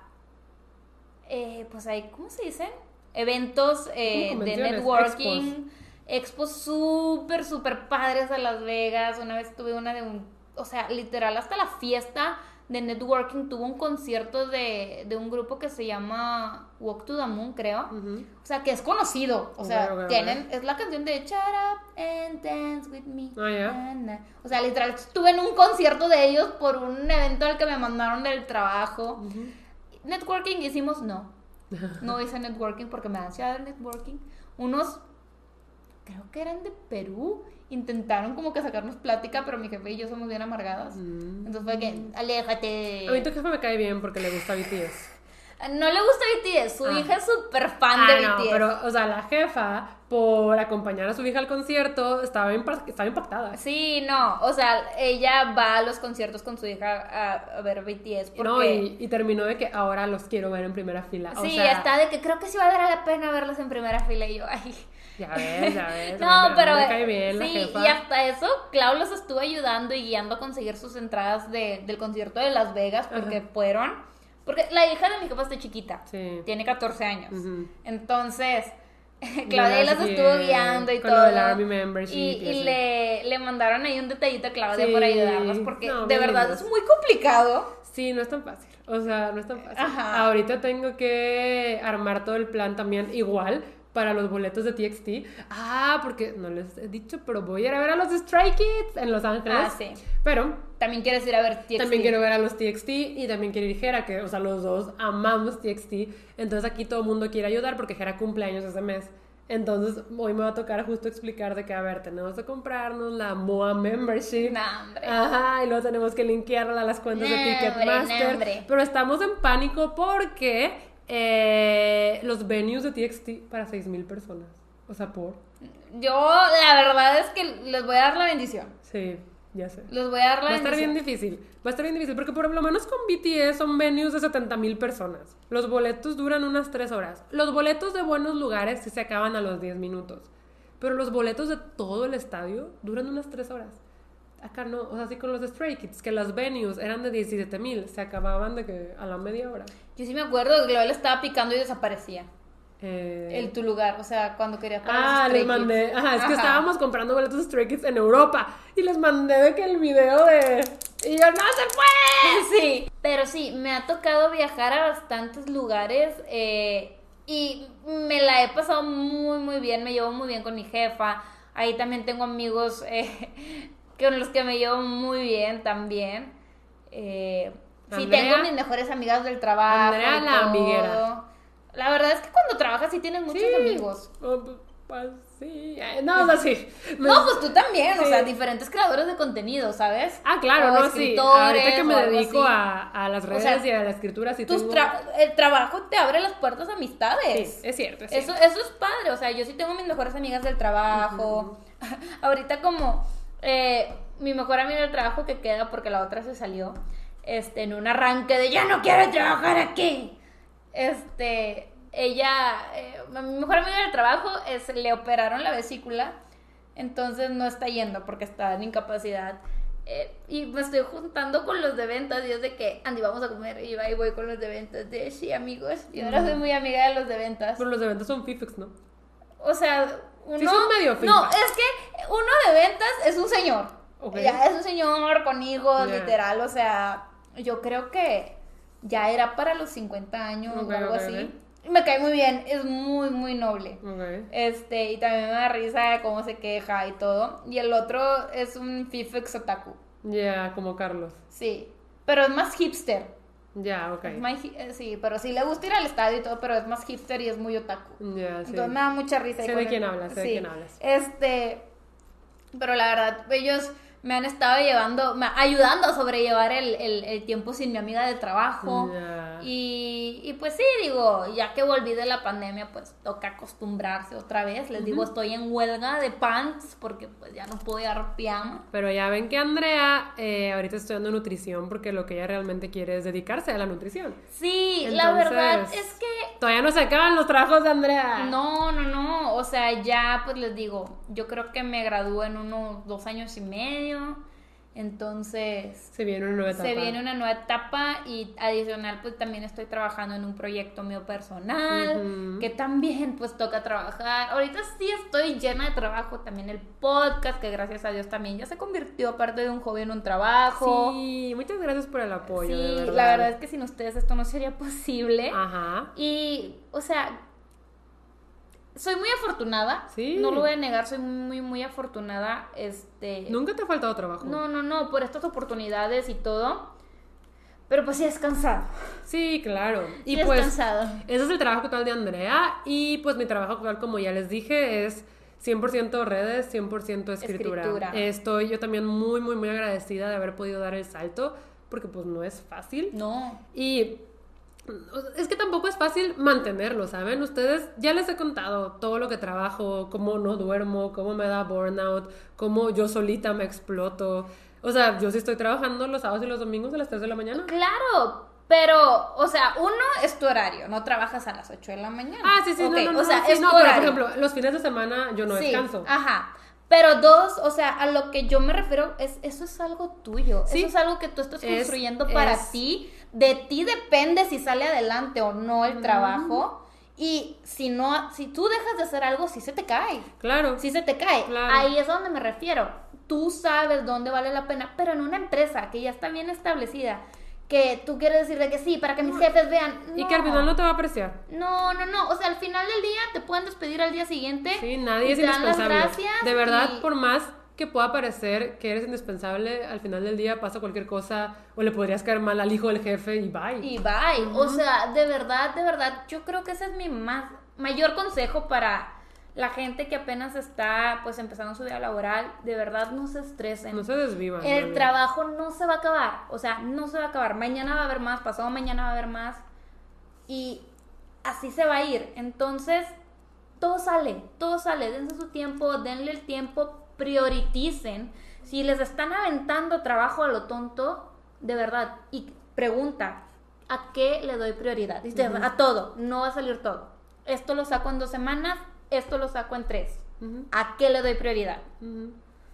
eh, pues ahí, ¿cómo se dicen? Eventos eh, Como de convenciones, networking, expos súper, súper padres a Las Vegas. Una vez tuve una de un, o sea, literal, hasta la fiesta de networking tuvo un concierto de, de un grupo que se llama Walk to the Moon, creo. Ujú. O sea, que es conocido. O sea, Ok, ok, ok. tienen, es la canción de Shut Up and Dance with Me. Ah, ya. Na, na. O sea, literal, estuve en un concierto de ellos por un evento al que me mandaron del trabajo. Ujú. Networking hicimos, no. No hice networking porque me da ansiedad el networking. Unos, creo que eran de Perú, intentaron como que sacarnos plática, pero mi jefe y yo somos bien amargadas. Mm. Entonces fue que, aléjate. A mí tu jefe me cae bien porque le gusta B T S. No le gusta B T S, su Ah. hija es súper fan Ah, de no, B T S. pero, o sea, la jefa, por acompañar a su hija al concierto, estaba, impa- estaba impactada. Sí, no, o sea, ella va a los conciertos con su hija a, a ver B T S porque... No, y, y terminó de que ahora los quiero ver en primera fila. O sí, sea, está de que creo que sí valdrá la pena verlos en primera fila y yo, ay... Ya ves, ya ves. No, a mí pero me cae bien la sí, jefa. y hasta eso, Clau los estuvo ayudando y guiando a conseguir sus entradas de, del concierto de Las Vegas porque Ajá. fueron... Porque la hija de mi jefa está chiquita, Sí. tiene catorce años, Ujú. entonces... Claudia las las estuvo guié guiando y con todo. lo del Army membership Y, y y así. le, le mandaron ahí un detallito a Claudia Sí, para ayudarnos porque no, de bien verdad lindos. es muy complicado. Sí, no es tan fácil. O sea, no es tan fácil. Ajá. Ahorita tengo que armar todo el plan también igual para los boletos de T X T. Ah, porque no les he dicho, pero voy a ir a ver a los Stray Kids en Los Ángeles. Ah, sí. Pero También quieres ir a ver T X T. también quiero ver a los T X T y también quiero ir Jera, que, o sea, los dos amamos T X T. Entonces aquí todo el mundo quiere ayudar porque Jera cumpleaños ese mes. Entonces hoy me va a tocar justo explicar de que, a ver, tenemos que comprarnos la M O A Membership. Nah, hombre. Ajá, y luego tenemos que linkearla a las cuentas de Nah, Ticketmaster. hombre, nah, hombre. Pero estamos en pánico porque eh, los venues de T X T para seis mil personas. O sea, por... Yo, la verdad es que les voy a dar la bendición. Sí, ya sé. Les voy a dar la Va a estar bendición. bien difícil, va a estar bien difícil porque por lo menos con B T S son venues de setenta mil personas. Los boletos duran unas tres horas. Los boletos de buenos lugares sí se acaban a los diez minutos. Pero los boletos de todo el estadio duran unas tres horas. Acá no, o sea, así con los Stray Kids, que las venues eran de diecisiete mil, se acababan de que a la media hora. Yo sí me acuerdo que Gloria estaba picando y desaparecía. Eh, El tu lugar, o sea, cuando quería para los Ah, Stray les mandé. Kids. Ajá, es que Ajá. estábamos comprando boletos de Stray Kids en Europa. Y les mandé de que el video de. Y yo, ¡no se fue! Sí, pero sí, me ha tocado viajar a bastantes lugares eh, y me la he pasado muy, muy bien. Me llevo muy bien con mi jefa. Ahí también tengo amigos eh, con los que me llevo muy bien también. Eh, sí, Andrea. tengo mis mejores amigas del trabajo. Andrea, y la todo. amiguera. La verdad es que cuando trabajas sí tienes muchos Sí. amigos. Oh, pues sí. Ay, no, o sea, sí. Me- No, pues tú también, o Sí. sea, diferentes creadores de contenido, ¿sabes? Ah, claro, O no, sí. escritores, Ahorita que me o algo dedico así. a, a las redes sea, y a la escritura, sí Tus tengo... tra- el trabajo te abre las puertas a amistades. Sí, es cierto, es Eso, cierto. eso es padre, o sea, yo sí tengo mis mejores amigas del trabajo. Ahorita como eh, mi mejor amiga del trabajo que queda porque la otra se salió, este, en un arranque de ya no quiero trabajar aquí. Este, ella, eh, mi mejor amiga del trabajo es, le operaron la vesícula, entonces no está yendo porque está en incapacidad. Eh, y me estoy juntando con los de ventas y es de que, Andy, vamos a comer, y va y voy con los de ventas, de sí, amigos, y ahora soy muy amiga de los de ventas. Pero los eventos son fifix, ¿no? O sea, uno... Sí son medio No, fifas. es que uno de ventas es un señor. Ok. Ya es un señor con hijos, Ya. literal, o sea, yo creo que ya era para los cincuenta años Ok, o algo ok, así. Me cae muy bien, es muy, muy noble. Ok. Este, y también me da risa de cómo se queja y todo. Y el otro es un fifex otaku. Ya, como Carlos. Sí, pero es más hipster. Ya, ok. Es más hi- eh, sí, pero sí le gusta ir al estadio y todo, pero es más hipster y es muy otaku. Ya, sí. Entonces me da mucha risa. Sé y de con- quién hablas, sé de sí. quién hablas. Este, pero la verdad, ellos me han estado llevando, me- ayudando a sobrellevar el, el, el tiempo sin mi amiga de trabajo. Ya. Y, y pues sí, digo, ya que volví de la pandemia, pues toca acostumbrarse otra vez. Les digo, estoy en huelga de pants porque pues ya no puedo llevar pijama. Pero ya ven que Andrea eh, ahorita está estudiando nutrición porque lo que ella realmente quiere es dedicarse a la nutrición. Sí, la Entonces, verdad es que Todavía no se acaban los trabajos de Andrea. no, no, no, o sea, ya pues les digo, yo creo que me gradúo en unos dos años y medio, entonces Se viene una nueva etapa. se viene una nueva etapa y adicional pues también estoy trabajando en un proyecto mío personal, Ujú. que también pues toca trabajar. Ahorita sí estoy llena de trabajo, también el podcast, que gracias a Dios también ya se convirtió aparte de un hobby en un trabajo. Sí, muchas gracias por el apoyo, Sí, de verdad. la verdad es que sin ustedes esto no sería posible. Ajá. Y, o sea, soy muy afortunada. Sí. No lo voy a negar, soy muy, muy afortunada. Este. ¿Nunca te ha faltado trabajo? No, no, no, por estas oportunidades y todo. Pero pues sí es cansado. Sí, claro. Y Sí es pues, cansado. ese es el trabajo actual de Andrea. Y pues mi trabajo actual, como ya les dije, es cien por ciento redes, cien por ciento escritura. Escritura. Estoy yo también muy, muy, muy agradecida de haber podido dar el salto, porque pues no es fácil. No. Y es que tampoco es fácil mantenerlo, ¿saben? Ustedes, ya les he contado todo lo que trabajo, cómo no duermo, cómo me da burnout, cómo yo solita me exploto. O sea, yo sí estoy trabajando los sábados y los domingos a las tres de la mañana. Claro, pero, o sea, uno es tu horario, no trabajas a las ocho de la mañana. Ah, sí, sí, Ok, no, no, no. O sea, sí, es no, tu pero, horario. por ejemplo, los fines de semana yo no Sí, descanso. Ajá. Pero dos, o sea, a lo que yo me refiero es eso es algo tuyo. Sí. Eso es algo que tú estás Es- construyendo para es- ti. De ti depende si sale adelante o no el trabajo. Y si no, si tú dejas de hacer algo, sí se te cae. Claro. Sí se te cae. Claro. Ahí es a donde me refiero. Tú sabes dónde vale la pena, pero en una empresa que ya está bien establecida, que tú quieres decir de que sí, para que mis jefes vean. Y que al final no te va a apreciar. No, no, no. O sea, al final del día te pueden despedir al día siguiente. Sí, nadie y es te dan las indispensable. gracias De verdad, y- por más que pueda parecer que eres indispensable, al final del día pasa cualquier cosa o le podrías caer mal al hijo del jefe y bye. Y bye. O sea, de verdad, de verdad, yo creo que ese es mi más mayor consejo para la gente que apenas está pues empezando su vida laboral. De verdad, no se estresen. No se desvivan. El ¿vale? trabajo no se va a acabar. O sea, no se va a acabar. Mañana va a haber más, pasado mañana va a haber más. Y así se va a ir. Entonces, todo sale, todo sale. Dense su tiempo, denle el tiempo, prioricen. Si les están aventando trabajo a lo tonto, de verdad, y pregunta, ¿a qué le doy prioridad? Dice, Ujú. a todo, no va a salir todo. Esto lo saco en dos semanas, esto lo saco en tres. Ujú, ¿A qué le doy prioridad? ujú.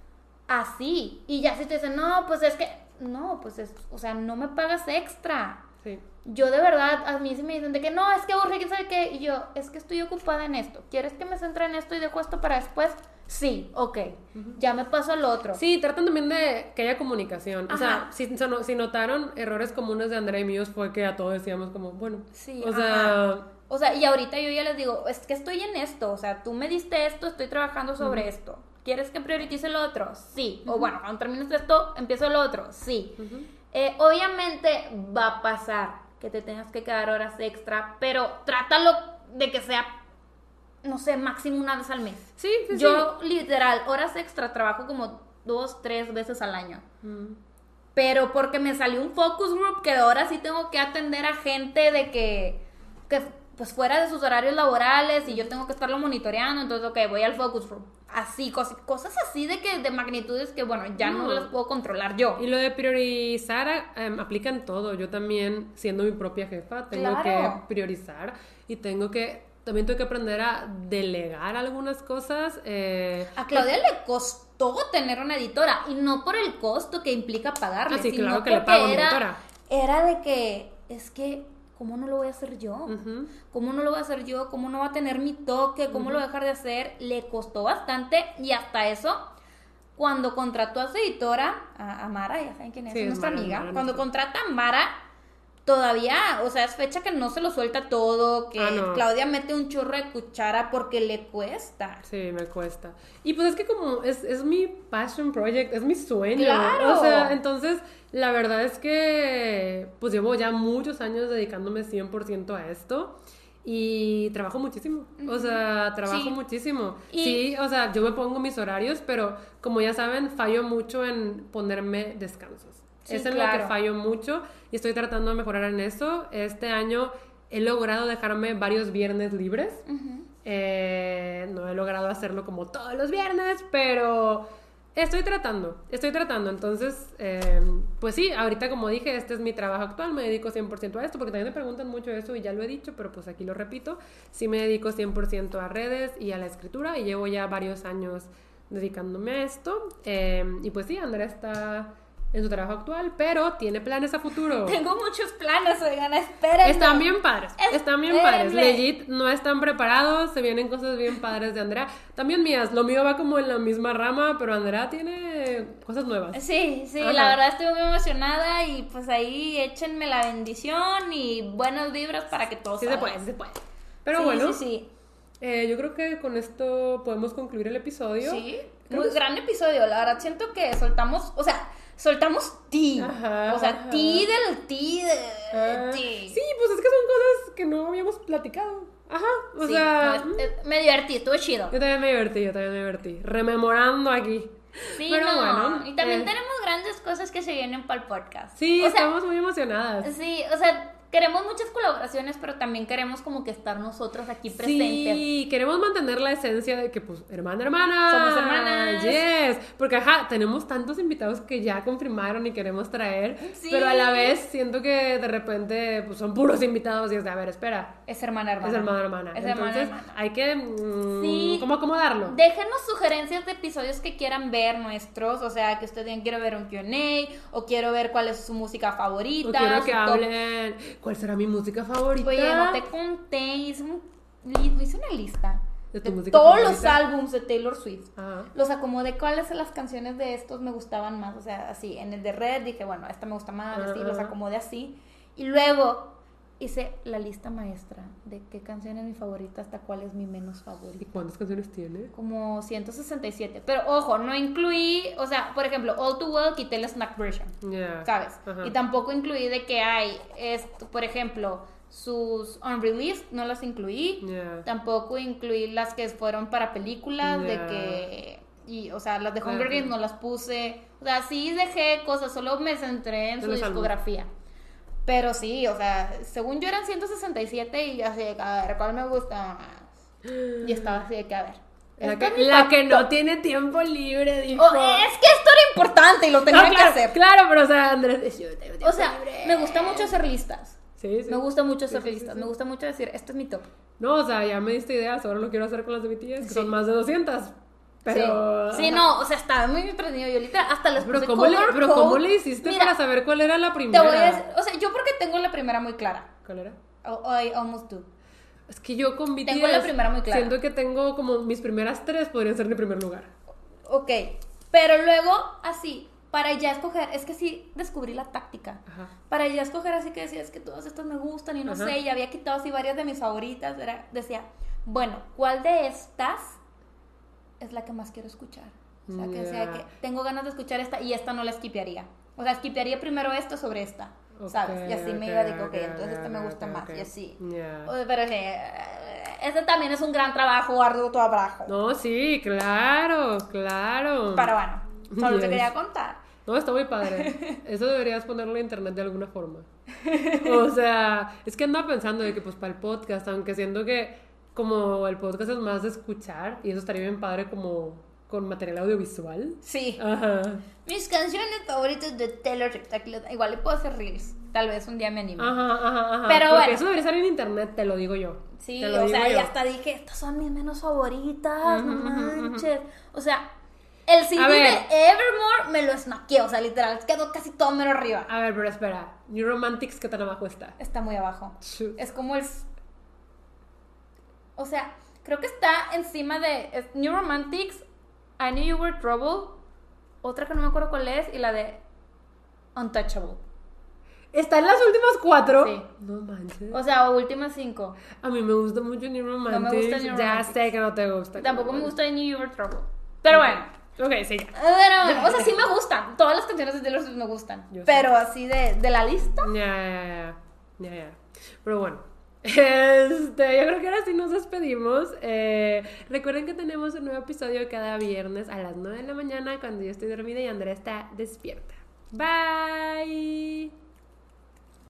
Así. Y ya si te dicen, no, pues es que, no, pues es, o sea, no me pagas extra. Sí. Yo de verdad, a mí sí me dicen de que no, es que urge, quién sabe qué. Y yo, es que estoy ocupada en esto. ¿Quieres que me centre en esto y dejo esto para después? Sí, ok. Ya me paso al otro. Sí, tratan también de que haya comunicación. O sea, Ajá. si, si notaron errores comunes de Andrea y míos fue que a todos decíamos como, bueno, Sí, o sea, ajá. O sea, y ahorita yo ya les digo, es que estoy en esto, o sea, tú me diste esto, estoy trabajando sobre esto. ¿Quieres que priorice lo otro? Sí. O bueno, cuando termines esto, empiezo lo otro. Sí. ujú. Eh, obviamente va a pasar que te tengas que quedar horas extra, pero trátalo de que sea, no sé, máximo una vez al mes. Sí, sí, Yo, sí. literal, horas extra trabajo como dos, tres veces al año. Mm. Pero porque me salió un focus group que ahora sí tengo que atender a gente de que, que pues fuera de sus horarios laborales y yo tengo que estarlo monitoreando, entonces ok, voy al focus group. Así, cos- cosas así de que de magnitudes que bueno, ya no, No. las puedo controlar yo. Y lo de priorizar em, aplica en todo. Yo también, siendo mi propia jefa, tengo Claro. que priorizar y tengo que, también tengo que aprender a delegar algunas cosas. eh, A Claudia le costó tener una editora y no por el costo que implica pagarle, Ah, sí, sino claro que le porque pago a mi era, editora. era de que es que ¿cómo no lo voy a hacer yo? Ujú. ¿Cómo no lo voy a hacer yo? ¿Cómo no va a tener mi toque? ¿Cómo lo voy a dejar de hacer? Le costó bastante y hasta eso, cuando contrató a su editora, a, a Mara, ya saben quién es, Sí, es es nuestra Mara, amiga, Mara, cuando nuestra. contrata a Mara, todavía, o sea, es fecha que no se lo suelta todo, que Ah, no. Claudia mete un churro de cuchara porque le cuesta. Sí, me cuesta. Y pues es que como es, es mi passion project, es mi sueño. ¡Claro! O sea, entonces la verdad es que pues llevo ya muchos años dedicándome cien por ciento a esto y trabajo muchísimo. O sea, trabajo Sí. muchísimo. Y- Sí, o sea, yo me pongo mis horarios, pero como ya saben, fallo mucho en ponerme descansos. Sí, es en lo claro. que fallo mucho y estoy tratando de mejorar en eso. Este año he logrado dejarme varios viernes libres. Ujú. Eh, no he logrado hacerlo como todos los viernes, pero estoy tratando, estoy tratando. Entonces, eh, pues sí, ahorita como dije, este es mi trabajo actual, me dedico cien por ciento a esto, porque también me preguntan mucho eso y ya lo he dicho, pero pues aquí lo repito, sí me dedico cien por ciento a redes y a la escritura y llevo ya varios años dedicándome a esto. Eh, y pues sí, Andrea está en su trabajo actual, pero tiene planes a futuro. Tengo muchos planes, oigan, espérenme. Están bien padres, están bien Espérenme. padres. Legit, no están preparados, se vienen cosas bien padres de Andrea. También mías, lo mío va como en la misma rama, pero Andrea tiene cosas nuevas. Sí, sí, Ajá. la verdad estoy muy emocionada y pues ahí échenme la bendición y buenas vibras para que todo Sí se salga. puede, sí se puede. Pero Sí, bueno, sí, sí. eh, yo creo que con esto podemos concluir el episodio. Sí, Creo muy que- gran episodio, la verdad siento que soltamos, o sea, soltamos ti, Ajá, o sea, ajá. ti del ti de Ah, ti. sí, pues es que son cosas que no habíamos platicado. Ajá, o Sí, sea... no, mm, es- es- me divertí, estuvo chido. yo también me divertí, yo también me divertí. Rememorando aquí. Sí, Pero no, bueno, y también eh, tenemos grandes cosas que se vienen para el podcast. Sí, o sea, estamos muy emocionadas. sí, o sea, queremos muchas colaboraciones, pero también queremos como que estar nosotros aquí presentes. Sí, queremos mantener la esencia de que, pues, hermana, hermana. Somos hermanas. Yes. Porque, ajá, tenemos tantos invitados que ya confirmaron y queremos traer. Sí. Pero a la vez siento que de repente, pues, son puros invitados y es de, a ver, espera. Es hermana, hermana. Es hermana, hermana. Es hermana, Entonces, hermana. hay que, mm, Sí. ¿cómo acomodarlo? Déjenos sugerencias de episodios que quieran ver nuestros, o sea, que ustedes digan quiero ver un Q and A o quiero ver cuál es su música favorita. O quiero su que top. hablen, ¿cuál será mi música favorita? Oye, no te conté, hice, un li- hice una lista ¿De de, tu música todos favorita? los álbums de Taylor Swift. Ajá. Los acomodé cuáles de las canciones de estos me gustaban más, o sea, así, en el de Red dije, bueno, esta me gusta más, así, Ajá. los acomodé así. Y luego hice la lista maestra de qué canción es mi favorita hasta cuál es mi menos ¿Y favorita. cuántas canciones tiene? Como ciento sesenta y siete. Pero ojo, no incluí, o sea, por ejemplo, All Too Well quité la snack version, Ya. ¿sabes? Ajá. Y tampoco incluí de que hay, esto, por ejemplo, sus unreleased, no las incluí. Ya. Tampoco incluí las que fueron para películas, de Ya. que, y, o sea, las de Hunger Ajá. Games no las puse. O sea, sí dejé cosas, solo me centré en En su los álbumes. discografía. Pero sí, o sea, según yo eran ciento sesenta y siete y así de que, a ver, ¿cuál me gusta más? Y estaba así de que, a ver. La esta que, es mi la top- que no tiene tiempo libre, dijo. Oh, es que esto era importante y lo tenía No, que claro, hacer. claro, pero o sea, Andrés, yo tengo tiempo O sea, libre. me gusta mucho hacer listas. Sí, sí. Me gusta mucho hacer Sí, sí, listas. sí, Me sí. gusta mucho decir, este es mi top. No, o sea, ya me diste ideas, ahora lo quiero hacer con las de B T S, que Sí. son más de doscientas. Pero... Sí. Sí, no, o sea, estaba muy entretenido. Yo literal, hasta les Pero puse ¿cómo le, color pero code. ¿cómo le hiciste Mira, para saber cuál era la Te primera? voy a decir, o sea, yo porque tengo la primera muy clara. ¿Cuál era? O I almost do. Es que yo con B T S Tengo la primera muy clara. siento que tengo como mis primeras tres podrían ser mi primer lugar. Ok, pero luego, así, para ya escoger, es que sí descubrí la táctica. Ajá. Para ya escoger así que decía, es que todas estas me gustan y no Ajá. sé, y había quitado así varias de mis favoritas. Era, decía, bueno, ¿cuál de estas es la que más quiero escuchar? O sea, que decía Ya. que tengo ganas de escuchar esta y esta no la esquipearía. O sea, skipearía primero esta sobre esta, ¿sabes? Ok, Y así me ok, iba de que, ok, ok, entonces esta ok, me gusta ok, más, ok. y así. Yeah. O- Pero sí, eh, este también es un gran trabajo, arduo trabajo. No, sí, claro, claro. Pero bueno, solo te Yes. quería contar. No, está muy padre. Eso deberías ponerlo en internet de alguna forma. O sea, es que andaba pensando de que pues para el podcast, aunque siento que como el podcast es más de escuchar y eso estaría bien padre como con material audiovisual. Sí. Ajá. Mis canciones favoritas de Taylor Swift. Aquí lo- Igual le puedo hacer reels. Tal vez un día me anime. Ajá, ajá, ajá. Pero Porque bueno. eso debería estar en internet, te lo digo yo. Sí, Te lo o digo sea, yo. y hasta dije, estas son mis menos favoritas, no Ujú, ujú, ujú. manches. O sea, el C D A de ver. Evermore me lo snaqueé, o sea, literal, quedó casi todo menos arriba. A ver, pero espera. New Romantics, ¿qué tan abajo está? Está muy abajo. Shoot. Es como el... O sea, creo que está encima de es New Romantics, I Knew You Were Trouble, otra que no me acuerdo cuál es, y la de Untouchable. ¿Está en las últimas cuatro? Sí. No manches. O sea, últimas cinco. A mí me gusta mucho New Romantics. gusta New Ya Romantics. sé que no te gusta. Tampoco me gusta I Knew You Were Trouble. Pero bueno. Ok, sí. Pero bueno, o sea, sí me gustan. Todas las canciones de Taylor Swift me gustan. Yo sé. Pero así de, de la lista. Ya, ya, ya. Ya, ya. Pero bueno. Este, yo creo que ahora sí nos despedimos. Eh, recuerden que tenemos un nuevo episodio cada viernes a las nueve de la mañana cuando yo estoy dormida y Andrea está despierta. Bye.